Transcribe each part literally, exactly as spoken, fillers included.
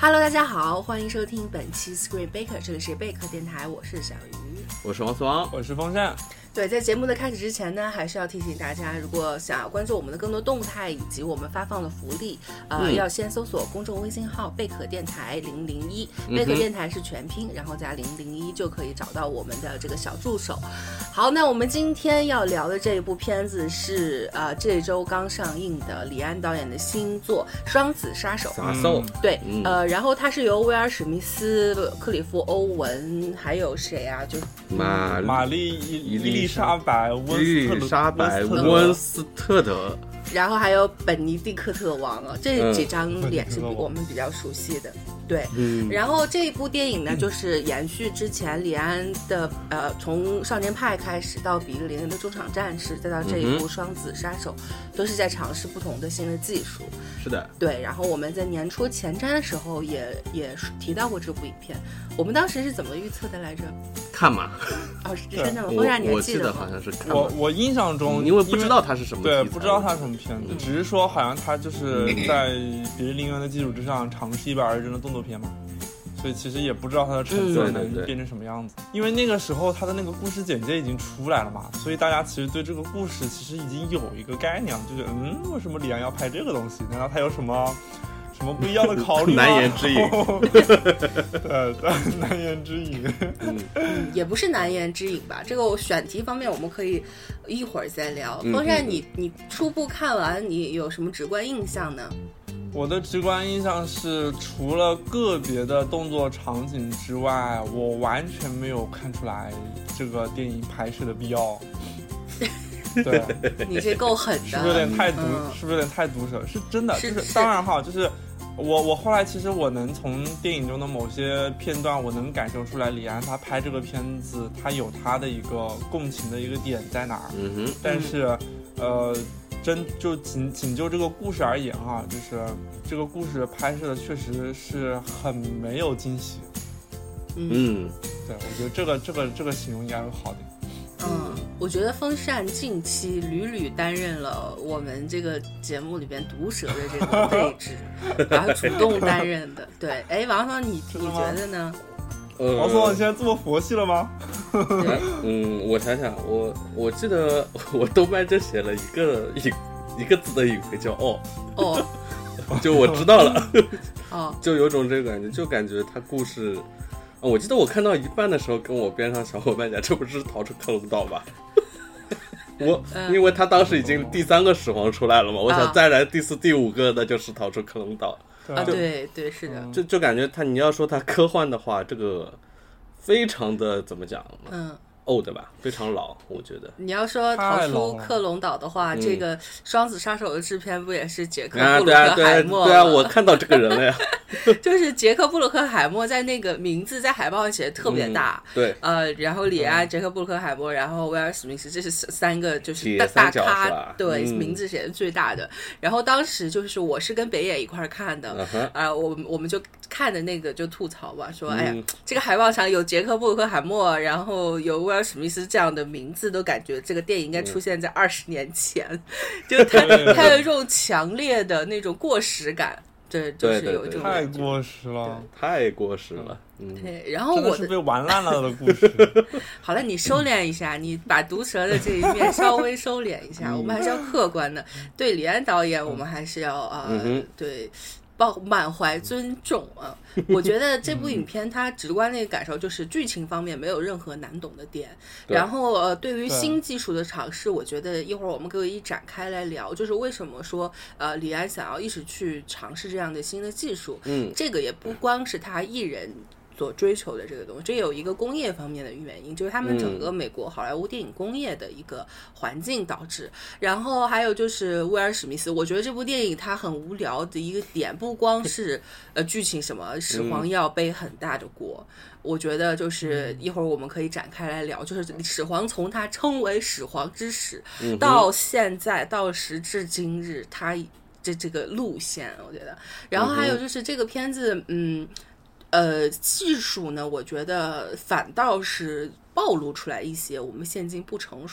Hello， 大家好，欢迎收听本期 Screen Baker， 这里是贝壳电台，我是小鱼， 我是王思王， 我是风扇。 对，在节目的开始之前呢，还是要提醒大家，如果想要关注我们的更多动态以及我们发放的福利，呃，嗯、要先搜索公众微信号贝壳电台零零一，贝壳电台是全拼，然后加零零一就可以找到我们的这个小助手。好，那我们今天要聊的这一部片子是呃这周刚上映的李安导演的新作《双子杀手》。 杀手， 对，嗯、呃，然后它是由威尔史密斯、克里夫·欧文，还有谁啊？就玛玛丽伊丽。伊丽莎白温伊丽莎白温斯特德， 然后还有本尼迪克特王啊，这几张脸是我们比较熟悉的。对，嗯，然后这一部电影呢，就是延续之前李安的呃，从少年派开始到比利林恩的中场战士，再到这一部双子杀手，嗯、都是在尝试不同的新的技术。 是的， 对。然后我们在年初前瞻的时候也也提到过这部影片，我们当时是怎么预测的来着？ 看嘛， 哦，是真的吗？风扇你还记得吗？ 我记得好像是看。 我我印象中， 因为不知道它是什么， 对，不知道它是什么片子，嗯、只是说好像它就是在比利林恩的基础之上尝试一百二十帧的动作片嘛。所以其实也不知道它的成色能变成什么样子，嗯、因为那个时候它的那个故事简介已经出来了嘛，所以大家其实对这个故事其实已经有一个概念，就是嗯，为什么李安要拍这个东西？难道他有什么什么不一样的考虑吗？ 难言之隐， 对对，难言之隐， 嗯，也不是难言之隐吧。这个选题方面我们可以一会儿再聊。风扇，你你初步看完，你有什么直观印象呢？ 我的直观印象是，除了个别的动作场景之外，我完全没有看出来这个电影拍摄的必要。对， 你这够狠的， 是不是有点太毒？嗯、是不是有点太毒舌？是真的， 是就是当然哈，就是我我后来其实我能从电影中的某些片段，我能感受出来，李安他拍这个片子，他有他的一个共情的一个点在哪儿。 嗯哼， 但是，呃。真就仅仅就这个故事而言啊，就是这个故事拍摄的确实是很没有惊喜。 嗯， 对，我觉得这个这个这个形容应该会好点。 嗯，我觉得风扇近期屡屡担任了我们这个节目里边毒舌的这个位置，然后主动担任的。对，哎，王芳，你你觉得呢？ 呃，王总，你现在这么佛系了吗？ 嗯，我想想，我我记得我豆瓣就写了一个一一个字的语汇叫哦哦， 就我知道了哦， 就有种这个感觉，就感觉他故事，啊、我记得我看到一半的时候，跟我边上小伙伴讲，这不是逃出克隆岛吧？我因为他当时已经第三个始皇出来了嘛，我想再来第四、第五个，那就是逃出克隆岛。 啊，对对，是的， 就就感觉他，你要说他科幻的话，这个非常的怎么讲？ 嗯。 old 吧，非常老，我觉得。 你要说逃出克隆岛的话，这个双子杀手的制片不也是杰克布鲁克海默吗？ 啊对啊，对啊，我看到这个人了呀。 就是杰克布鲁克海默在那个名字在海报上写的特别大， 嗯、对， 呃，然后李安、嗯、杰克布鲁克海默，然后威尔史密斯，这是三个就是大大咖，对、嗯，名字写的最大的。然后当时就是我是跟北野一块看的，啊、uh 呃，我我们就看的那个就吐槽吧，说、嗯、哎呀，这个海报上有杰克布鲁克海默，然后有威尔史密斯这样的名字，都感觉这个电影应该出现在二十年前，嗯、就他他有一种强烈的那种过时感。这就是有这种太过时了， 太过时了。嗯， 对。然后我的真的是被玩烂了的故事。 好了，你收敛一下，你把毒舌的这一面稍微收敛一下。嗯、我们还是要客观的，对李安导演，我们还是要啊、呃嗯，对。抱满怀尊重啊！我觉得这部影片它直观的一个感受就是剧情方面没有任何难懂的点，然后呃，对于新技术的尝试，我觉得一会儿我们可以展开来聊，就是为什么说呃李安想要一直去尝试这样的新的技术， 嗯， 这个也不光是他一人所追求的这个东西，这有一个工业方面的原因，就是他们整个美国好莱坞电影工业的一个环境导致、嗯、然后还有就是威尔史密斯，我觉得这部电影它很无聊的一个点，不光是呃剧情什么始皇要背很大的锅、嗯、我觉得就是一会儿我们可以展开来聊，就是始皇从他称为始皇之始、嗯、到现在到时至今日他这这个路线我觉得，然后还有就是这个片子嗯呃，技术呢，我觉得反倒是暴露出来一些我们现今不成熟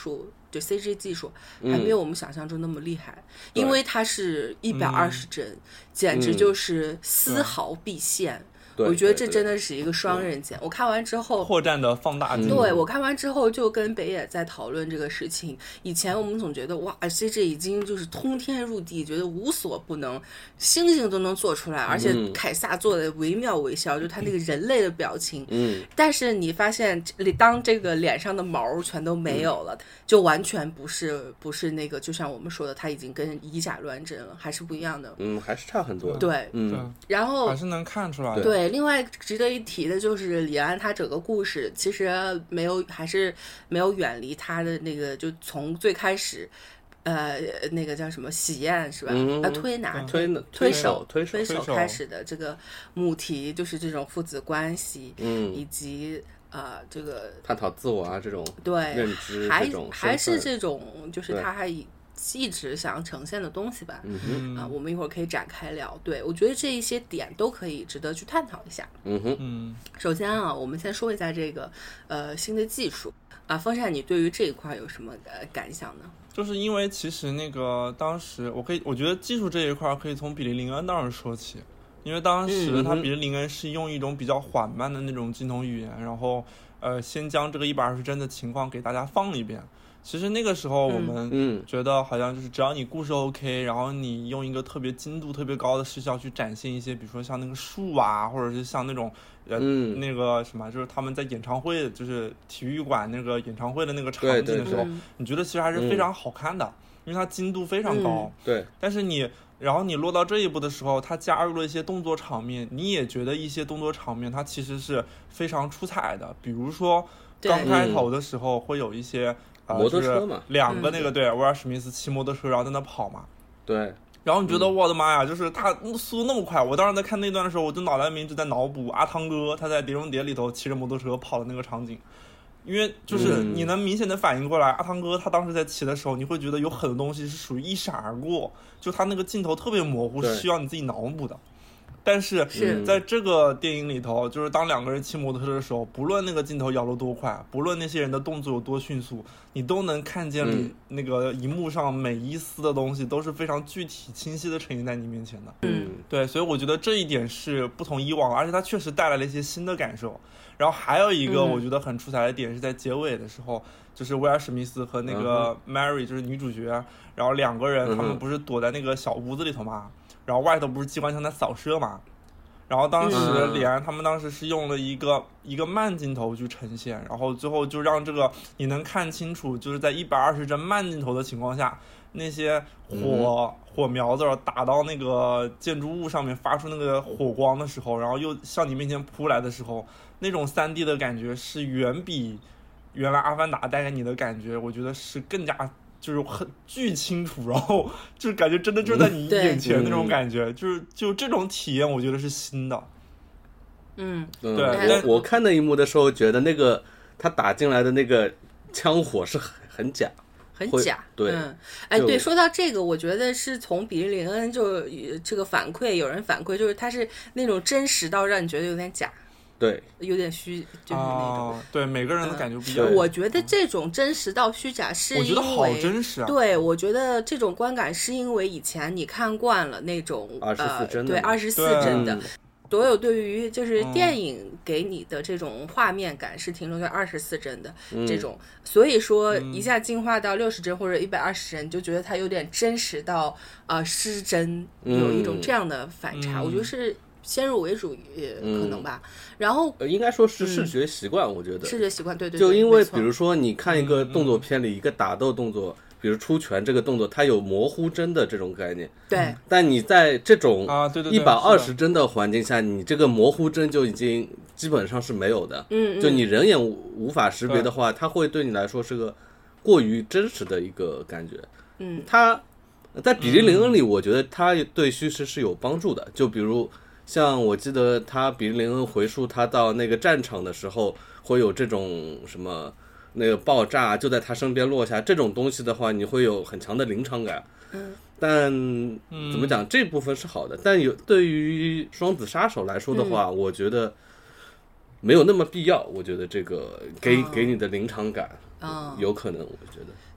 就 C G 技术还没有我们想象中那么厉害，嗯、因为它是一百二十帧、嗯，简直就是丝毫必现。我觉得这真的是一个双刃剑。我看完之后， 破绽的放大镜。 对，我看完之后就跟北野在讨论这个事情。以前我们总觉得哇 ，C G 已经就是通天入地，觉得无所不能，星星都能做出来，而且凯撒做的惟妙惟肖，嗯、就他那个人类的表情。嗯。但是你发现，当这个脸上的毛全都没有了，嗯、就完全不是不是那个，就像我们说的，他已经跟以假乱真了，还是不一样的。 嗯，还是差很多。 对， 嗯。 然后还是能看出来的。 对。另外值得一提的就是李安他整个故事其实没有还是没有远离他的那个，就从最开始呃那个叫什么喜宴是吧、嗯、啊推拿推推手推手推手开始的这个母题，就是这种父子关系，嗯，以及呃这个探讨自我啊这种对认知还这种还是这种就是他还一直想呈现的东西吧，嗯啊，我们一会儿可以展开聊。对，我觉得这一些点都可以值得去探讨一下。 嗯哼，嗯， 首先啊，我们先说一下这个呃新的技术啊，风扇，你对于这一块有什么呃感想呢？ 就是因为其实那个当时我可以，我觉得技术这一块可以从比利林恩那儿说起，因为当时他比利林恩是用一种比较缓慢的那种镜头语言，然后呃先将这个一百二十帧的情况给大家放一遍。其实那个时候我们觉得好像就是只要你故事 OK、嗯、然后你用一个特别精度特别高的视效去展现一些比如说像那个树啊，或者是像那种呃、嗯、那个什么就是他们在演唱会就是体育馆那个演唱会的那个场景的时候，你觉得其实还是非常好看的、嗯、因为它精度非常高、 嗯、对， 但是你然后你落到这一步的时候，它加入了一些动作场面，你也觉得一些动作场面它其实是非常出彩的，比如说刚开头的时候会有一些呃、摩托车嘛， 就是、两个那个、嗯、对，威尔史密斯骑摩托车然后在那跑嘛， 对， 然后你觉得、嗯、我的妈呀，就是他速度那么快，我当时在看那段的时候，我就脑袋里面一直在脑补阿汤哥他在《碟中谍》里头骑着摩托车跑的那个场景，因为就是你能明显的反应过来、嗯、阿汤哥他当时在骑的时候，你会觉得有很多东西是属于一闪而过，就他那个镜头特别模糊，是需要你自己脑补的。但是在这个电影里头，就是当两个人骑摩托车的时候，不论那个镜头摇得多快，不论那些人的动作有多迅速，你都能看见那个荧幕上每一丝的东西都是非常具体清晰的呈现在你面前的。 嗯， 对，所以我觉得这一点是不同以往，而且它确实带来了一些新的感受。然后还有一个我觉得很出彩的点是在结尾的时候，就是威尔史密斯和那个 Mary 就是女主角，然后两个人他们不是躲在那个小屋子里头嘛，然后外头不是机关枪在扫射嘛，然后当时李安他们当时是用了一个、嗯、一个慢镜头去呈现，然后最后就让这个你能看清楚，就是在一百二十帧慢镜头的情况下，那些火、嗯、火苗子打到那个建筑物上面发出那个火光的时候，然后又向你面前扑来的时候，那种 三 D 的感觉是远比原来阿凡达带给你的感觉，我觉得是更加就是很巨清楚，然后就是感觉真的就在你眼前那种感觉、嗯、就是就这种体验我觉得是新的。 嗯， 对，我我看那一幕的时候觉得那个他打进来的那个枪火是很很假很假， 对， 嗯，哎，对，说到这个，我觉得是从比利林恩就这个反馈，有人反馈就是他是那种真实到让你觉得有点假， 对， 有点虚，就是那种、 啊、对，每个人的感觉不一样、 嗯。我觉得这种真实到虚假是因为， 我觉得好真实啊。 对，我觉得这种观感是因为以前你看惯了那种二十四帧的， 对，二十四帧的。所有对于就是电影给你的这种画面感是停留在二十四帧的这种、嗯，所以说一下进化到六十帧或者一百二十帧，你就觉得它有点真实到呃失真，有一种这样的反差。嗯、我觉得是先入为主也可能吧。嗯、然后、 呃、应该说是视觉习惯、嗯，我觉得视觉习惯，对对对。 就因为比如说你看一个动作片里一个打斗动作。嗯嗯比如出拳这个动作它有模糊帧的这种概念， 对， 但你在这种一百二十帧的环境下，你这个模糊帧就已经基本上是没有的， 嗯， 就你人眼无法识别的话，它会对你来说是个过于真实的一个感觉。 嗯， 它在比利林恩里我觉得它对叙事是有帮助的，就比如像我记得他比利林恩回溯他到那个战场的时候会有这种什么那个爆炸就在他身边落下，这种东西的话你会有很强的临场感。 嗯， 但怎么讲、嗯、这部分是好的，但有对于双子杀手来说的话、嗯、我觉得没有那么必要。我觉得这个给、哦、给你的临场感、哦、有可能我觉得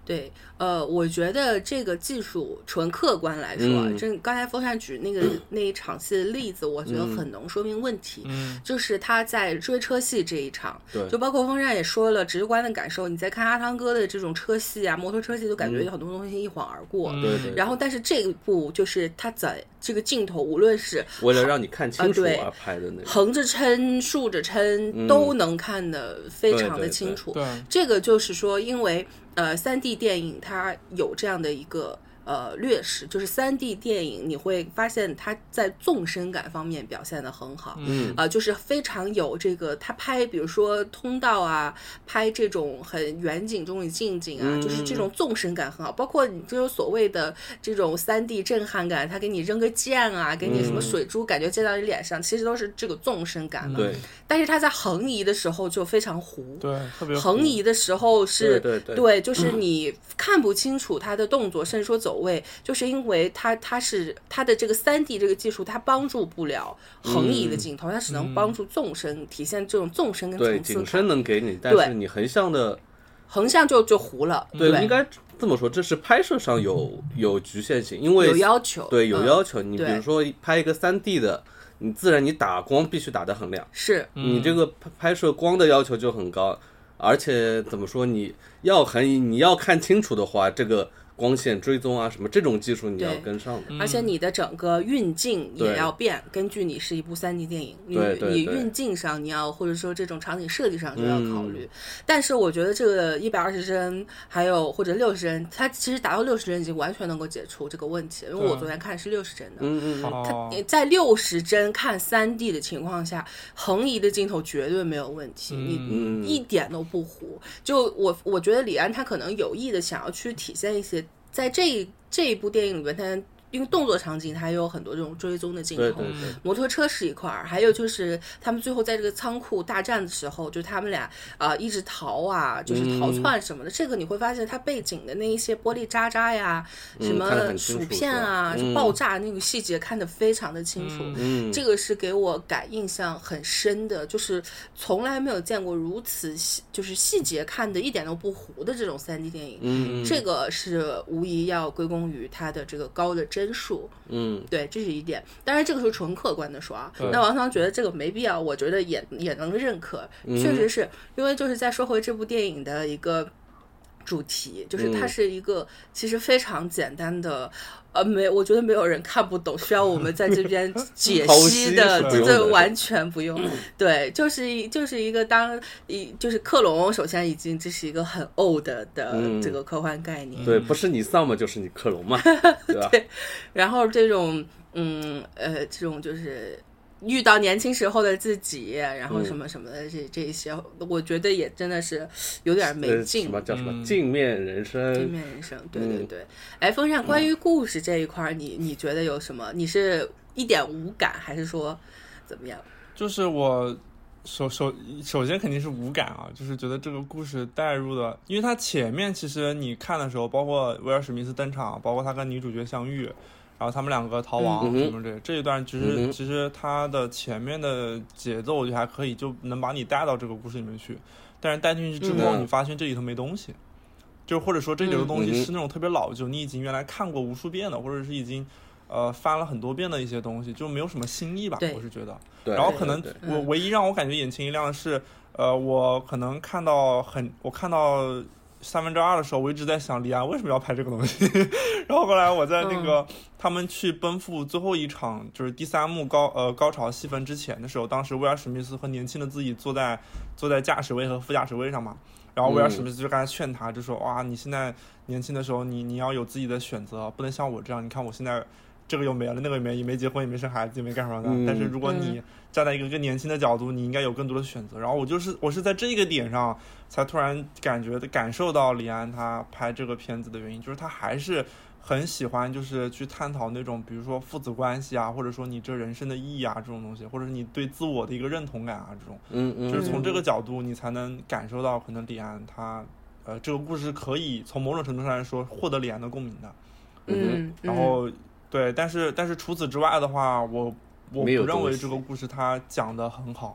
对，呃，我觉得这个技术纯客观来说， 嗯、 这刚才风扇举那个、嗯、那一场戏的例子，我觉得很能说明问题。 嗯， 就是他在追车戏这一场， 对， 就包括风扇也说了，直观的感受，你在看阿汤哥的这种车戏啊，摩托车戏，就感觉有很多东西一晃而过。 对、嗯、对。 然后，但是这一部就是他在这个镜头，无论是为了让你看清楚而拍的那个， 横着撑、竖着撑、嗯、都能看得非常的清楚。 对对对这个就是说，因为。呃，三 D 电影它有这样的一个呃劣势，就是三 D 电影你会发现它在纵深感方面表现得很好， 嗯， 啊、呃，就是非常有这个，它拍比如说通道啊，拍这种很远景中的近景啊， 嗯、 就是这种纵深感很好，包括你就是所谓的这种三 D 震撼感，它给你扔个箭啊，给你什么水珠，感觉溅到你脸上，嗯、其实都是这个纵深感嘛。 对。 但是它在横移的时候就非常糊， 对，特别糊横移的时候是， 对对对， 对，就是你看不清楚它的动作，嗯、甚至说走位，就是因为它它是它的这个三 D 这个技术，它帮助不了横移的镜头，嗯、它只能帮助纵深，嗯、体现这种纵深跟层次感。 对，景深能给你，但是你横向的， 横向就就糊了。 对， 对应该这么说，这是拍摄上有有局限性，因为有要求， 对，有要求。 嗯、 你比如说拍一个三 D 的。你自然你打光必须打得很亮， 是你这个拍摄光的要求就很高，而且怎么说，你要很你要看清楚的话，这个光线追踪啊什么这种技术你要跟上的， 而且你的整个运镜也要变，根据你是一部三 D 电影，你对对对你运镜上你要或者说这种场景设计上就要考虑。嗯、但是我觉得这个一百二十帧还有或者六十帧，它其实达到六十帧已经完全能够解除这个问题了，因为我昨天看是六十帧的， 嗯嗯，它在六十帧看三 D 的情况下，横移的镜头绝对没有问题， 嗯、 你一点都不糊。就我我觉得李安他可能有意的想要去体现一些。在这这一部电影里面，它因为动作场景它也有很多这种追踪的镜头， 对对对， 摩托车是一块儿，还有就是他们最后在这个仓库大战的时候，就他们俩啊、呃、一直逃啊，就是逃窜什么的，嗯、这个你会发现它背景的那一些玻璃渣渣呀， 嗯、 什么薯片啊， 嗯、 就爆炸那个细节看得非常的清楚， 嗯， 这个是给我感印象很深的，就是从来没有见过如此就是细节看的一点都不糊的这种三 D 电影， 嗯， 这个是无疑要归功于它的这个高的帧数， 嗯， 对，这是一点。当然，这个是纯客观的说啊。那王涛觉得这个没必要，我觉得也也能认可。 嗯、 确实是因为就是再说回这部电影的一个主题，就是它是一个其实非常简单的。呃，没，我觉得没有人看不懂，需要我们在这边解析的，这完全不用。对，就是一就是一个当一就是克隆，首先已经这是一个很 old 的这个科幻概念。 嗯、对，不是你丧嘛，就是你克隆嘛，对吧？ 对，然后这种嗯呃这种就是。遇到年轻时候的自己，然后什么什么的这、嗯、这一些，我觉得也真的是有点没劲。 什么叫什么镜面人生？ 镜面人生，对对对。哎、嗯，风扇，关于故事这一块，你你觉得有什么？你是一点无感，还是说怎么样？ 就是我首首首先肯定是无感啊，就是觉得这个故事带入的，因为它前面其实你看的时候，包括威尔史密斯登场，包括他跟女主角相遇。然后他们两个逃亡什么这、嗯、这一段，其实、嗯、其实它的前面的节奏我觉得还可以，就能把你带到这个故事里面去。但是带进去之后， 嗯、 你发现这里头没东西，就或者说这里头的东西是那种特别老旧，嗯、你已经原来看过无数遍的，或者是已经呃翻了很多遍的一些东西，就没有什么新意吧，我是觉得。然后可能我唯一让我感觉眼前一亮的是，呃，我可能看到很，我看到。三分之二的时候，我一直在想李安为什么要拍这个东西。然后后来我在那个、嗯、他们去奔赴最后一场，就是第三幕高呃高潮戏份之前的时候，当时威尔史密斯和年轻的自己坐在坐在驾驶位和副驾驶位上嘛。然后威尔史密斯就刚才劝他，就说哇，你现在年轻的时候，你你要有自己的选择，不能像我这样。你看我现在这个又没了，那个也没也没结婚，也没生孩子，也没干什么的。嗯、但是如果你站在一个更年轻的角度，你应该有更多的选择。然后我就是我是在这个点上才突然感觉的感受到李安他拍这个片子的原因，就是他还是很喜欢就是去探讨那种比如说父子关系啊，或者说你这人生的意义啊这种东西，或者是你对自我的一个认同感啊这种， 嗯嗯， 就是从这个角度你才能感受到可能李安他呃这个故事可以从某种程度上来说获得李安的共鸣的， 嗯， 然后。对，但是但是除此之外的话，我我不认为这个故事它讲得很好，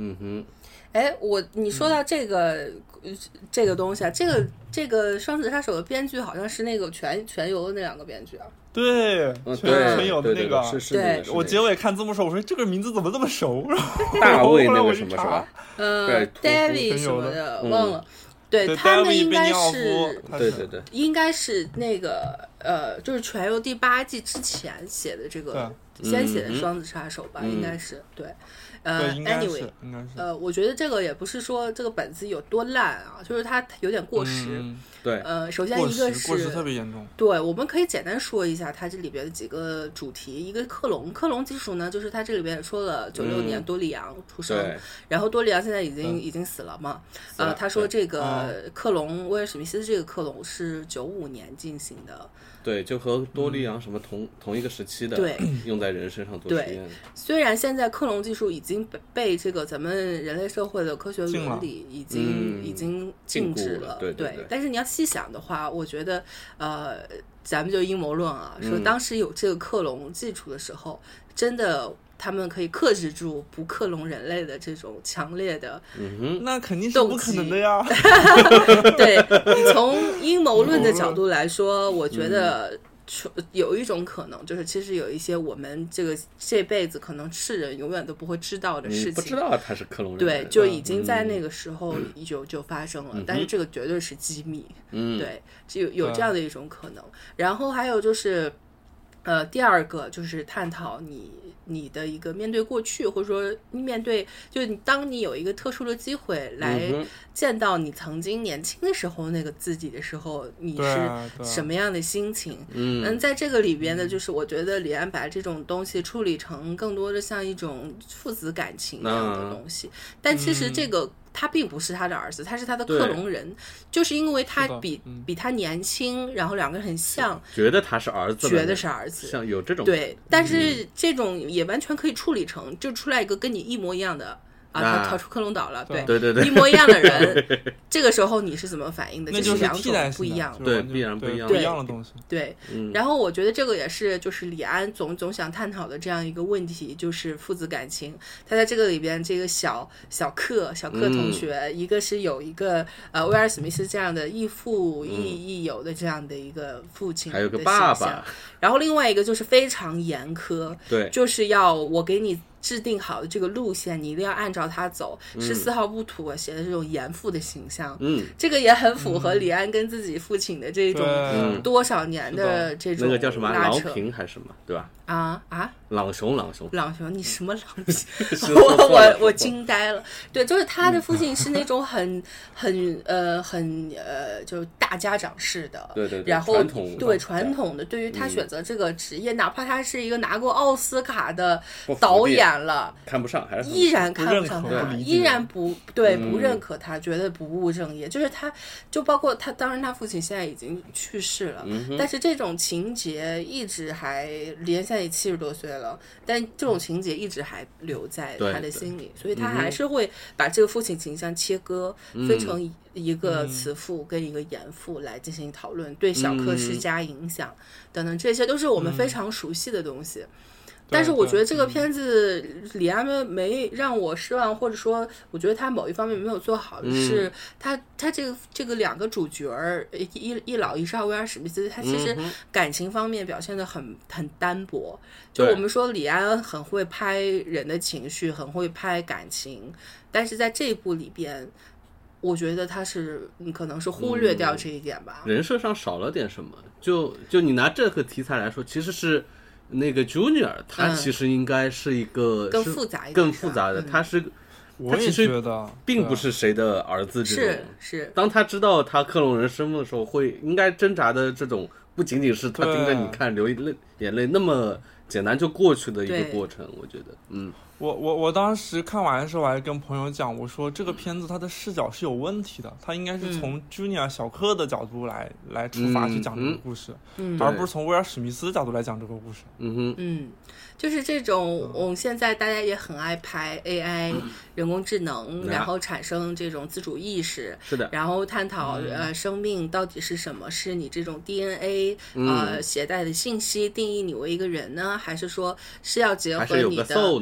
嗯哼。 哎，我你说到这个、嗯、这个东西啊，这个这个双子杀手的编剧好像是那个全全游的那两个编剧啊。 对，全全游的那个。 对，是是我结尾看字幕时候，我说这个名字怎么这么熟？ 大卫那个什么是吧？ 呃 ，David 什么的忘了。 嗯对， 对他们应该是， 对对对， 应该是那个呃，就是全游第八季之前写的这个，先写的双子杀手吧， 嗯、 应该是对。呃 ，anyway， 呃，我觉得这个也不是说这个本子有多烂啊，就是它有点过时。 嗯、 对， 呃，首先一个是过时特别严重。 对，我们可以简单说一下它这里边的几个主题。一个克隆，克隆技术呢，就是它这里边也说了，九六年多利昂出生， 嗯、 然后多利昂现在已经、嗯、已经死了嘛。 了呃，他说这个克隆威尔史密斯这个克隆是九五年进行的。 对，就和多利昂什么同、嗯、同一个时期的， 对， 用在人身上做实验。 虽然现在克隆技术已经被被这个咱们人类社会的科学伦理已经、嗯、已经禁止了， 对对对。 但是你要细想的话，我觉得呃，咱们就阴谋论啊，说当时有这个克隆技术的时候，嗯、真的。他们可以克制住不克隆人类的这种强烈的， 嗯哼， 那肯定是不可能的呀。 对，你从阴谋论的角度来说，我觉得有一种可能，就是其实有一些我们这个这辈子可能世人永远都不会知道的事情， 不知道他是克隆人， 对，就已经在那个时候就、嗯、就发生了， 嗯、 但是这个绝对是机密， 嗯， 对，就有有这样的一种可能。然后还有就是，呃，第二个就是探讨你。你的一个面对过去，或者说面对，就是你当你有一个特殊的机会来见到你曾经年轻的时候那个自己的时候，你是什么样的心情？ 嗯， 嗯，在这个里边呢，就是我觉得李安把这种东西处理成更多的像一种父子感情一样的东西，嗯、但其实这个。他并不是他的儿子，他是他的克隆人，就是因为他比、嗯、比他年轻，然后两个人很像， 觉得他是儿子， 觉得是儿子， 像有这种对，但是这种也完全可以处理成，就出来一个跟你一模一样的。啊，他逃出克隆岛了，对对对对， 一模一样的人，这个时候你是怎么反应的？ 那就是两种不一样， 对，必然不一样， 不一样的东西。 对， 嗯、 然后我觉得这个也是，就是李安总总想探讨的这样一个问题，就是父子感情。他在这个里边，这个小小克小克同学，嗯、一个是有一个呃威尔史密斯这样的异父异异友的这样的一个父亲的形象， 还有个爸爸， 然后另外一个就是非常严苛， 对， 就是要我给你。制定好的这个路线，你一定要按照它走， 嗯、 是丝毫不妥协的这种严父的形象。 嗯， 这个也很符合李安跟自己父亲的这种多少年的这种那个叫什么郎平还是什么，对吧？ 啊啊！ 朗雄，朗雄， 朗雄，你什么朗雄？我我我惊呆了。对，就是他的父亲是那种很很呃很呃，就是大家长式的， 对对对， 然后传统对传统的，对于他选择这个职业，嗯、哪怕他是一个拿过奥斯卡的导演了， 看不上，还是依然看不上他，依然不对不认可他，觉得不务正业。就是他，就包括他，当然他父亲现在已经去世了， 嗯、 但是这种情节一直还，李安现在也七十多岁了，但这种情节一直还留在他的心里，所以他还是会把这个父亲形象切割， 嗯、 分成一个慈父跟一个严父来进行讨论，对小克施加影响、嗯、等等，这些都是我们非常熟悉的东西。嗯，但是我觉得这个片子李安没让我失望，或者说我觉得他某一方面没有做好的是、嗯、他他这个这个两个主角一一老一少威尔史密斯，他其实感情方面表现得很很单薄。就我们说李安很会拍人的情绪，很会拍感情，但是在这一部里边我觉得他是可能是忽略掉这一点吧、 嗯、人设上少了点什么。就就你拿这个题材来说，其实是那个 Junior 他其实应该是一个、 嗯、更复杂一点， 更复杂的、嗯、他是我也觉得并不是谁的儿子这种， 是是当他知道他克隆人身份的时候，会应该挣扎的这种不仅仅是他盯着你看流泪眼泪那么简单就过去的一个过程。我觉得嗯我我我当时看完的时候，我还跟朋友讲，我说这个片子它的视角是有问题的，它应该是从 Junior 小克的角度来、嗯、来出发去讲这个故事、 嗯、 而不是从威尔史密斯的角度来讲这个故事。 嗯哼， 嗯，就是这种我们现在大家也很爱拍 A I、嗯、人工智能、嗯、然后产生这种自主意识， 是的， 然后探讨、嗯、呃生命到底是什么，是你这种 D N A、 嗯、 呃携带的信息定义你为一个人呢，还是说是要结合你的还是有个 soul 呢、 呃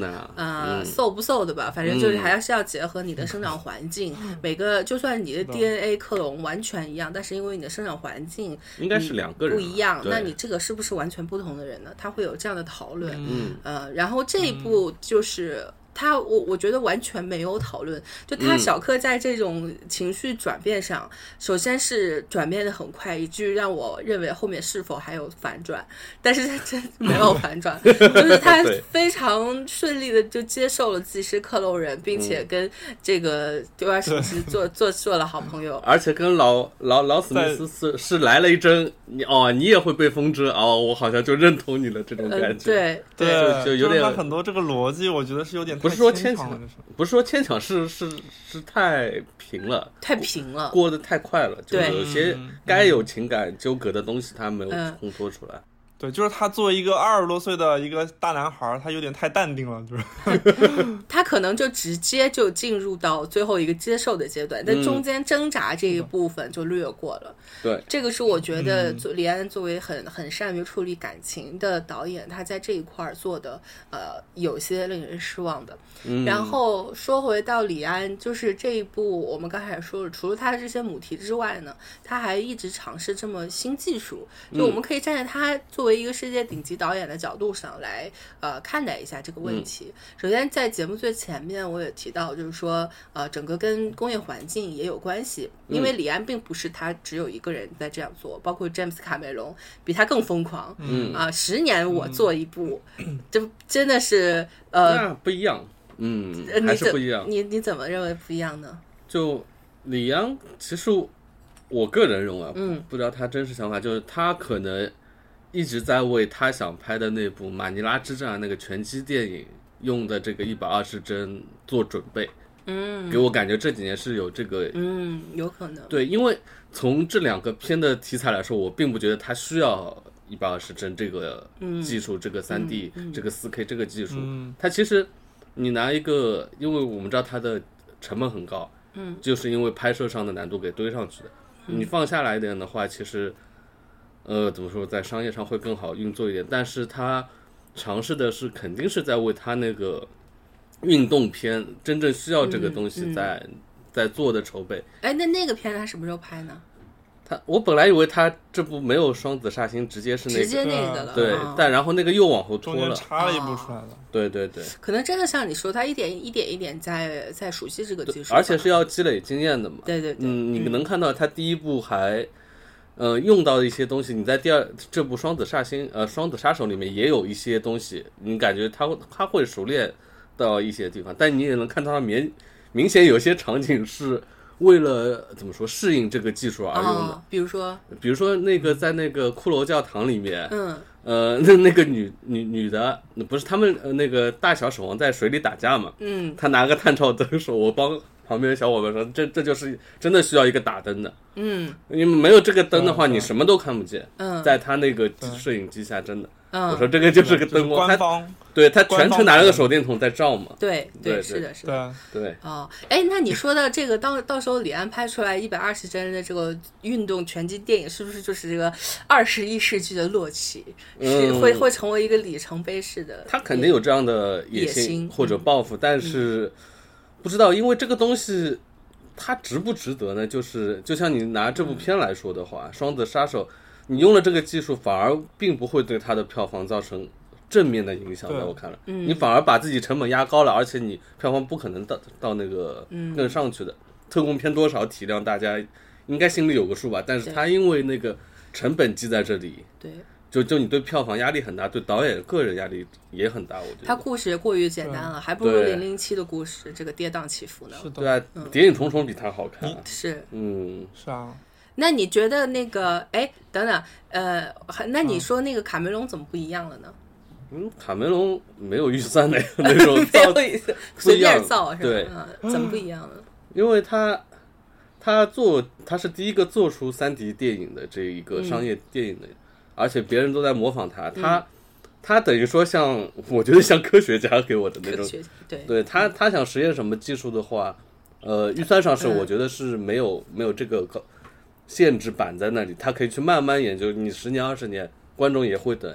呃馊不馊的吧，反正就是还是要结合你的生长环境，嗯、每个就算你的 D N A 克隆完全一样，但是因为你的生长环境应该是两个人不一样，那你这个是不是完全不同的人呢？他会有这样的讨论， 嗯呃，然后这一步就是。嗯他我我觉得完全没有讨论，就他小克在这种情绪转变上，嗯、首先是转变的很快，以至于让我认为后面是否还有反转，但是他真没有反转，就是他非常顺利的就接受了自己是克隆人，并且跟这个丢二十七做做做了好朋友， 而且跟老老老史密斯是是来了一针，你哦你也会被封之哦，我好像就认同你了这种感觉，呃、 对对， 就就有点他很多这个逻辑，我觉得是有点。 不是说牵强，不是说牵强，是是是太平了， 太平了， 过得太快了，就有些该有情感纠葛的东西，他没有烘托出来。嗯、 对，就是他作为一个二十多岁的一个大男孩，他有点太淡定了，就是他可能就直接就进入到最后一个接受的阶段，但中间挣扎这一部分就略过了。 对、嗯， 这个是我觉得李安作为很很善于处理感情的导演，他在这一块做的呃有些令人失望的。 嗯、 然后说回到李安，就是这一部我们刚才说了，除了他的这些母题之外呢，他还一直尝试这么新技术，就我们可以站在他作为一个世界顶级导演的角度上来呃看待一下这个问题。嗯、首先在节目最前面我也提到，就是说呃整个跟工业环境也有关系，因为李安并不是他只有一个人在这样做，包括詹姆斯卡梅隆比他更疯狂， 嗯啊、呃，十年我做一部，这、嗯、真的是呃那不一样。嗯，还是不一样。 你你怎么认为不一样呢？ 就李安，其实我个人认为啊， 嗯， 不知道他真实想法，就是他可能一直在为他想拍的那部《马尼拉之战》那个拳击电影用的这个一百二十帧做准备。 嗯， 给我感觉这几年是有这个， 嗯，有可能。 对，因为从这两个片的题材来说，我并不觉得他需要一百二十帧这个技术，嗯、这个三 D，嗯、这个四 K 这个技术， 嗯、 它其实。你拿一个，因为我们知道它的成本很高， 嗯， 就是因为拍摄上的难度给堆上去的。 嗯、 你放下来一点的话，其实，呃，怎么说，在商业上会更好运作一点。但是它尝试的是，肯定是在为它那个运动片真正需要这个东西在、嗯嗯、在做的筹备。 哎，那那个片他什么时候拍呢？ 他我本来以为他这部没有双子煞星，直接是那个直接那个了， 对， 哦、 但然后那个又往后拖了， 中间插了一部出来了。 哦、对对对， 可能真的像你说，他一点一点一点在在熟悉这个技术， 而且是要积累经验的嘛。 对对对， 嗯，你能看到他第一部还，呃，用到的一些东西，你在第二这部双子煞星呃双子杀手里面也有一些东西，你感觉他他会熟练到一些地方，但你也能看到他明明显有些场景是。为了怎么说适应这个技术而用的， 哦、比如说， 比如说那个在那个骷髅教堂里面， 嗯， 呃，那那个女女女的，不是他们、呃、那个大小守望在水里打架嘛， 嗯， 他拿个探照灯说，我帮旁边的小伙伴说，这这就是真的需要一个打灯的， 嗯， 因为没有这个灯的话， 嗯、 你什么都看不见， 嗯， 在他那个摄影机下真的。 嗯， 我说这个就是个灯光， 官方， 对他全程拿了个手电筒在照嘛。 对对，对是的，是的， 对对。 哦，哎，那你说的这个到到时候李安拍出来一百二十帧的这个运动拳击电影，是不是就是这个二十一世纪的洛奇？是会会成为一个里程碑式的？ 他肯定有这样的野心, 野心或者抱负， 嗯、 但是、嗯、不知道，因为这个东西它值不值得呢？就是就像你拿这部片来说的话，嗯《双子杀手》。你用了这个技术，反而并不会对它的票房造成正面的影响，在我看来， 嗯、 你反而把自己成本压高了，而且你票房不可能到到那个更上去的。嗯、特供片多少体量，大家应该心里有个数吧？但是它因为那个成本记在这里， 对， 就就你对票房压力很大，对导演个人压力也很大。我觉得它故事也过于简单了，还不如零零七的故事这个跌宕起伏呢。 是的， 对啊，嗯、谍影重重比它好看、啊。 是， 嗯， 是啊。 那你觉得那个哎，等等，呃，那你说那个卡梅隆怎么不一样了呢？ 嗯，卡梅隆没有预算的那种造， 没有预算，随便造是吧？ 对、 嗯，怎么不一样呢？ 因为他他做他是第一个做出三 D 电影的这一个商业电影的，嗯、而且别人都在模仿他，他、嗯、他等于说像我觉得像科学家给我的那种， 对， 对他他想实验什么技术的话，呃，预算上是我觉得是没有、嗯、没有这个高。限制板在那里，他可以去慢慢研究。你十年二十年，观众也会等，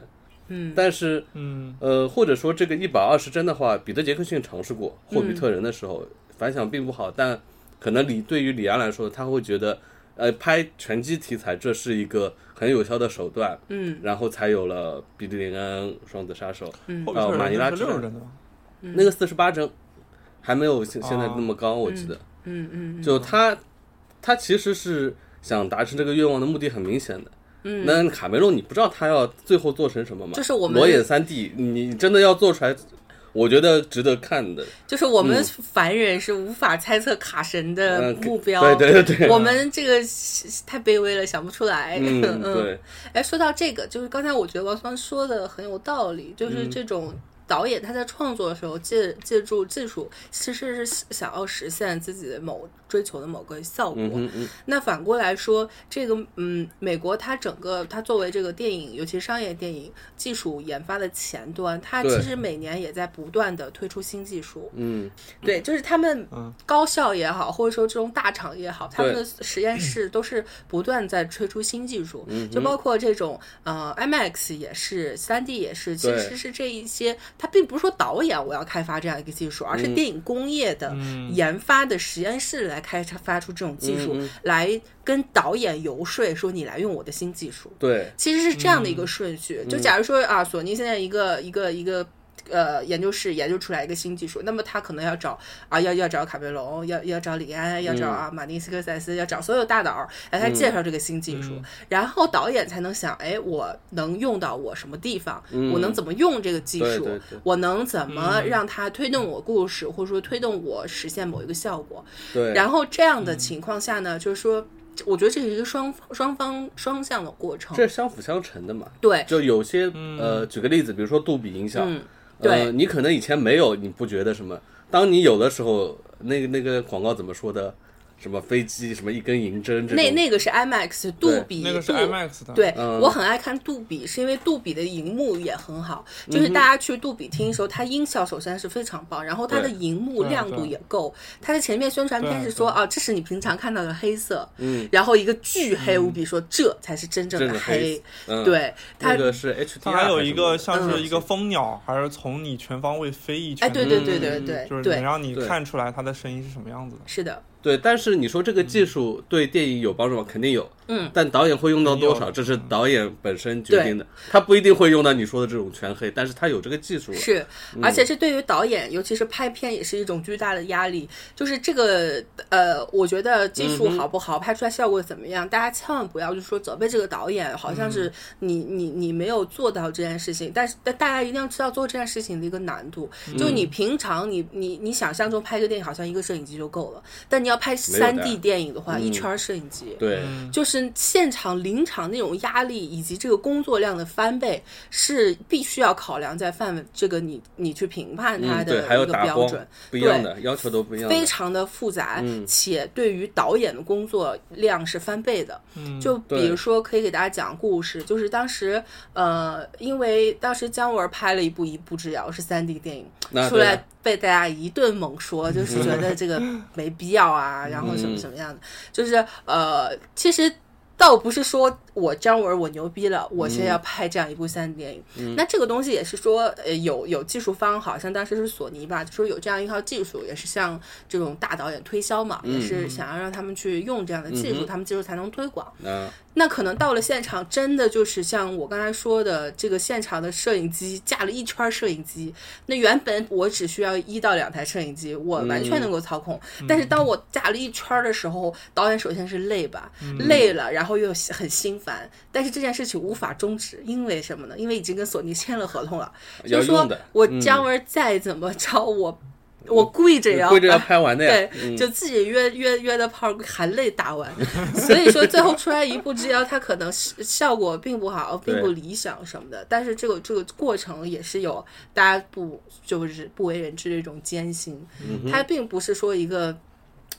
嗯， 但是嗯呃，或者说这个一把二十帧的话，彼得杰克逊尝试过霍比特人的时候、嗯、反响并不好，但可能李对于李安来说，他会觉得呃拍拳击题材这是一个很有效的手段， 嗯， 然后才有了比利林恩双子杀手， 嗯， 呃马尼拉之战， 嗯、 那个四十八帧还没有现现在那么高、哦、我记得， 嗯 嗯, 嗯， 就他他其实是想达成这个愿望的目的很明显的。嗯，那卡梅隆你不知道他要最后做成什么吗？ 就是我们裸眼 三 D， 你真的要做出来，我觉得值得看的。 就是我们凡人是无法猜测卡神的目标， 嗯、对对对， 我们这个太卑微了，想不出来。 嗯，对。 哎，说到这个，就是刚才我觉得王芳说的很有道理，就是这种。嗯导演他在创作的时候借借助技术，其实是想要实现自己的某追求的某个效果。 嗯嗯那反过来说，这个嗯，美国它整个它作为这个电影，尤其商业电影技术研发的前端，它其实每年也在不断的推出新技术。 嗯， 对，就是他们高校也好，或者说这种大厂也好，他们的实验室都是不断在推出新技术，就包括这种呃 IMAX 也是 三 D 也是，其实是这一些。它并不是说导演我要开发这样一个技术，而是电影工业的研发的实验室来开发出这种技术， 嗯、 来跟导演游说说你来用我的新技术。 对， 其实是这样的一个顺序。嗯、就假如说啊，索尼现在一个一个一个。呃，研究室研究出来一个新技术，那么他可能要找啊，要要找卡梅隆，要要找李安，要找啊、嗯、马丁斯科塞斯，要找所有大导来他介绍这个新技术、嗯，然后导演才能想，哎，我能用到我什么地方，嗯、我能怎么用这个技术， 对对对， 我能怎么让它推动我故事，嗯、或者说推动我实现某一个效果。 对， 然后这样的情况下呢，嗯、就是说。我觉得这是一个双双方双向的过程， 这是相辅相成的嘛。 对， 就有些呃，举个例子，比如说杜比音效， 嗯， 对、呃，你可能以前没有，你不觉得什么？当你有的时候，那个那个广告怎么说的？什么飞机，什么一根银针， 那那个是 IMAX 杜比， 那个是 IMAX 的。 对、 嗯， 我很爱看杜比，是因为杜比的荧幕也很好。就是大家去杜比听的时候，它音效首先是非常棒，然后它的荧幕亮度也够。它的前面宣传片是说，哦，这是你平常看到的黑色， 嗯， 然后一个巨黑无比，说这才是真正的黑。 嗯、 对，它那个是 H D R， 它还有一个像是一个蜂鸟，还是从你全方位飞一圈。 哎，对对对对对， 就是能让你看出来它的声音是什么样子的。 是的。 对，但是你说这个技术对电影有帮助吗？肯定有， 嗯， 但导演会用到多少，这是导演本身决定的。他不一定会用到你说的这种全黑，但是他有这个技术。 是，而且这对于导演，尤其是拍片，也是一种巨大的压力。就是这个，呃，我觉得技术好不好，嗯、拍出来效果怎么样，大家千万不要就是说责备这个导演，好像是你、嗯、你你没有做到这件事情。但是，但大家一定要知道做这件事情的一个难度。嗯、就你平常你你你想象中拍个电影，好像一个摄影机就够了，但你要拍三 D 电影的话，一圈摄影机， 对， 就是现场临场那种压力以及这个工作量的翻倍，是必须要考量在范围这个你你去评判它的一个标准， 嗯、不一样的要求都不一样的， 非常的复杂， 嗯、 且对于导演的工作量是翻倍的。 嗯、 就比如说，可以给大家讲故事，就是当时呃，因为当时姜文拍了一部《一步之遥》是三 D 电影，出来被大家一顿猛说，就是觉得这个没必要啊，然后什么什么样的，就是呃，其实倒不是说我姜文我牛逼了，我现在要拍这样一部三 D 电影、嗯、那这个东西也是说呃有有技术方，好像当时是索尼吧，就说有这样一套技术，也是向这种大导演推销嘛、嗯、也是想要让他们去用这样的技术、嗯、他们技术才能推广、 嗯、 那可能到了现场真的就是像我刚才说的，这个现场的摄影机架了一圈摄影机，那原本我只需要一到两台摄影机我完全能够操控、嗯、但是当我架了一圈的时候，导演首先是累吧、嗯、累了，然后又很心烦，但是这件事情无法终止，因为什么呢？因为已经跟索尼签了合同了，就是说我姜文再怎么着我、嗯我跪着要跪着要拍完的呀， 对、嗯，就自己约约约的炮，含泪打完。所以说最后出来一步之遥，它可能效果并不好，并不理想什么的。但是这个这个过程也是有大家不就是不为人知的一种艰辛、嗯，它并不是说一个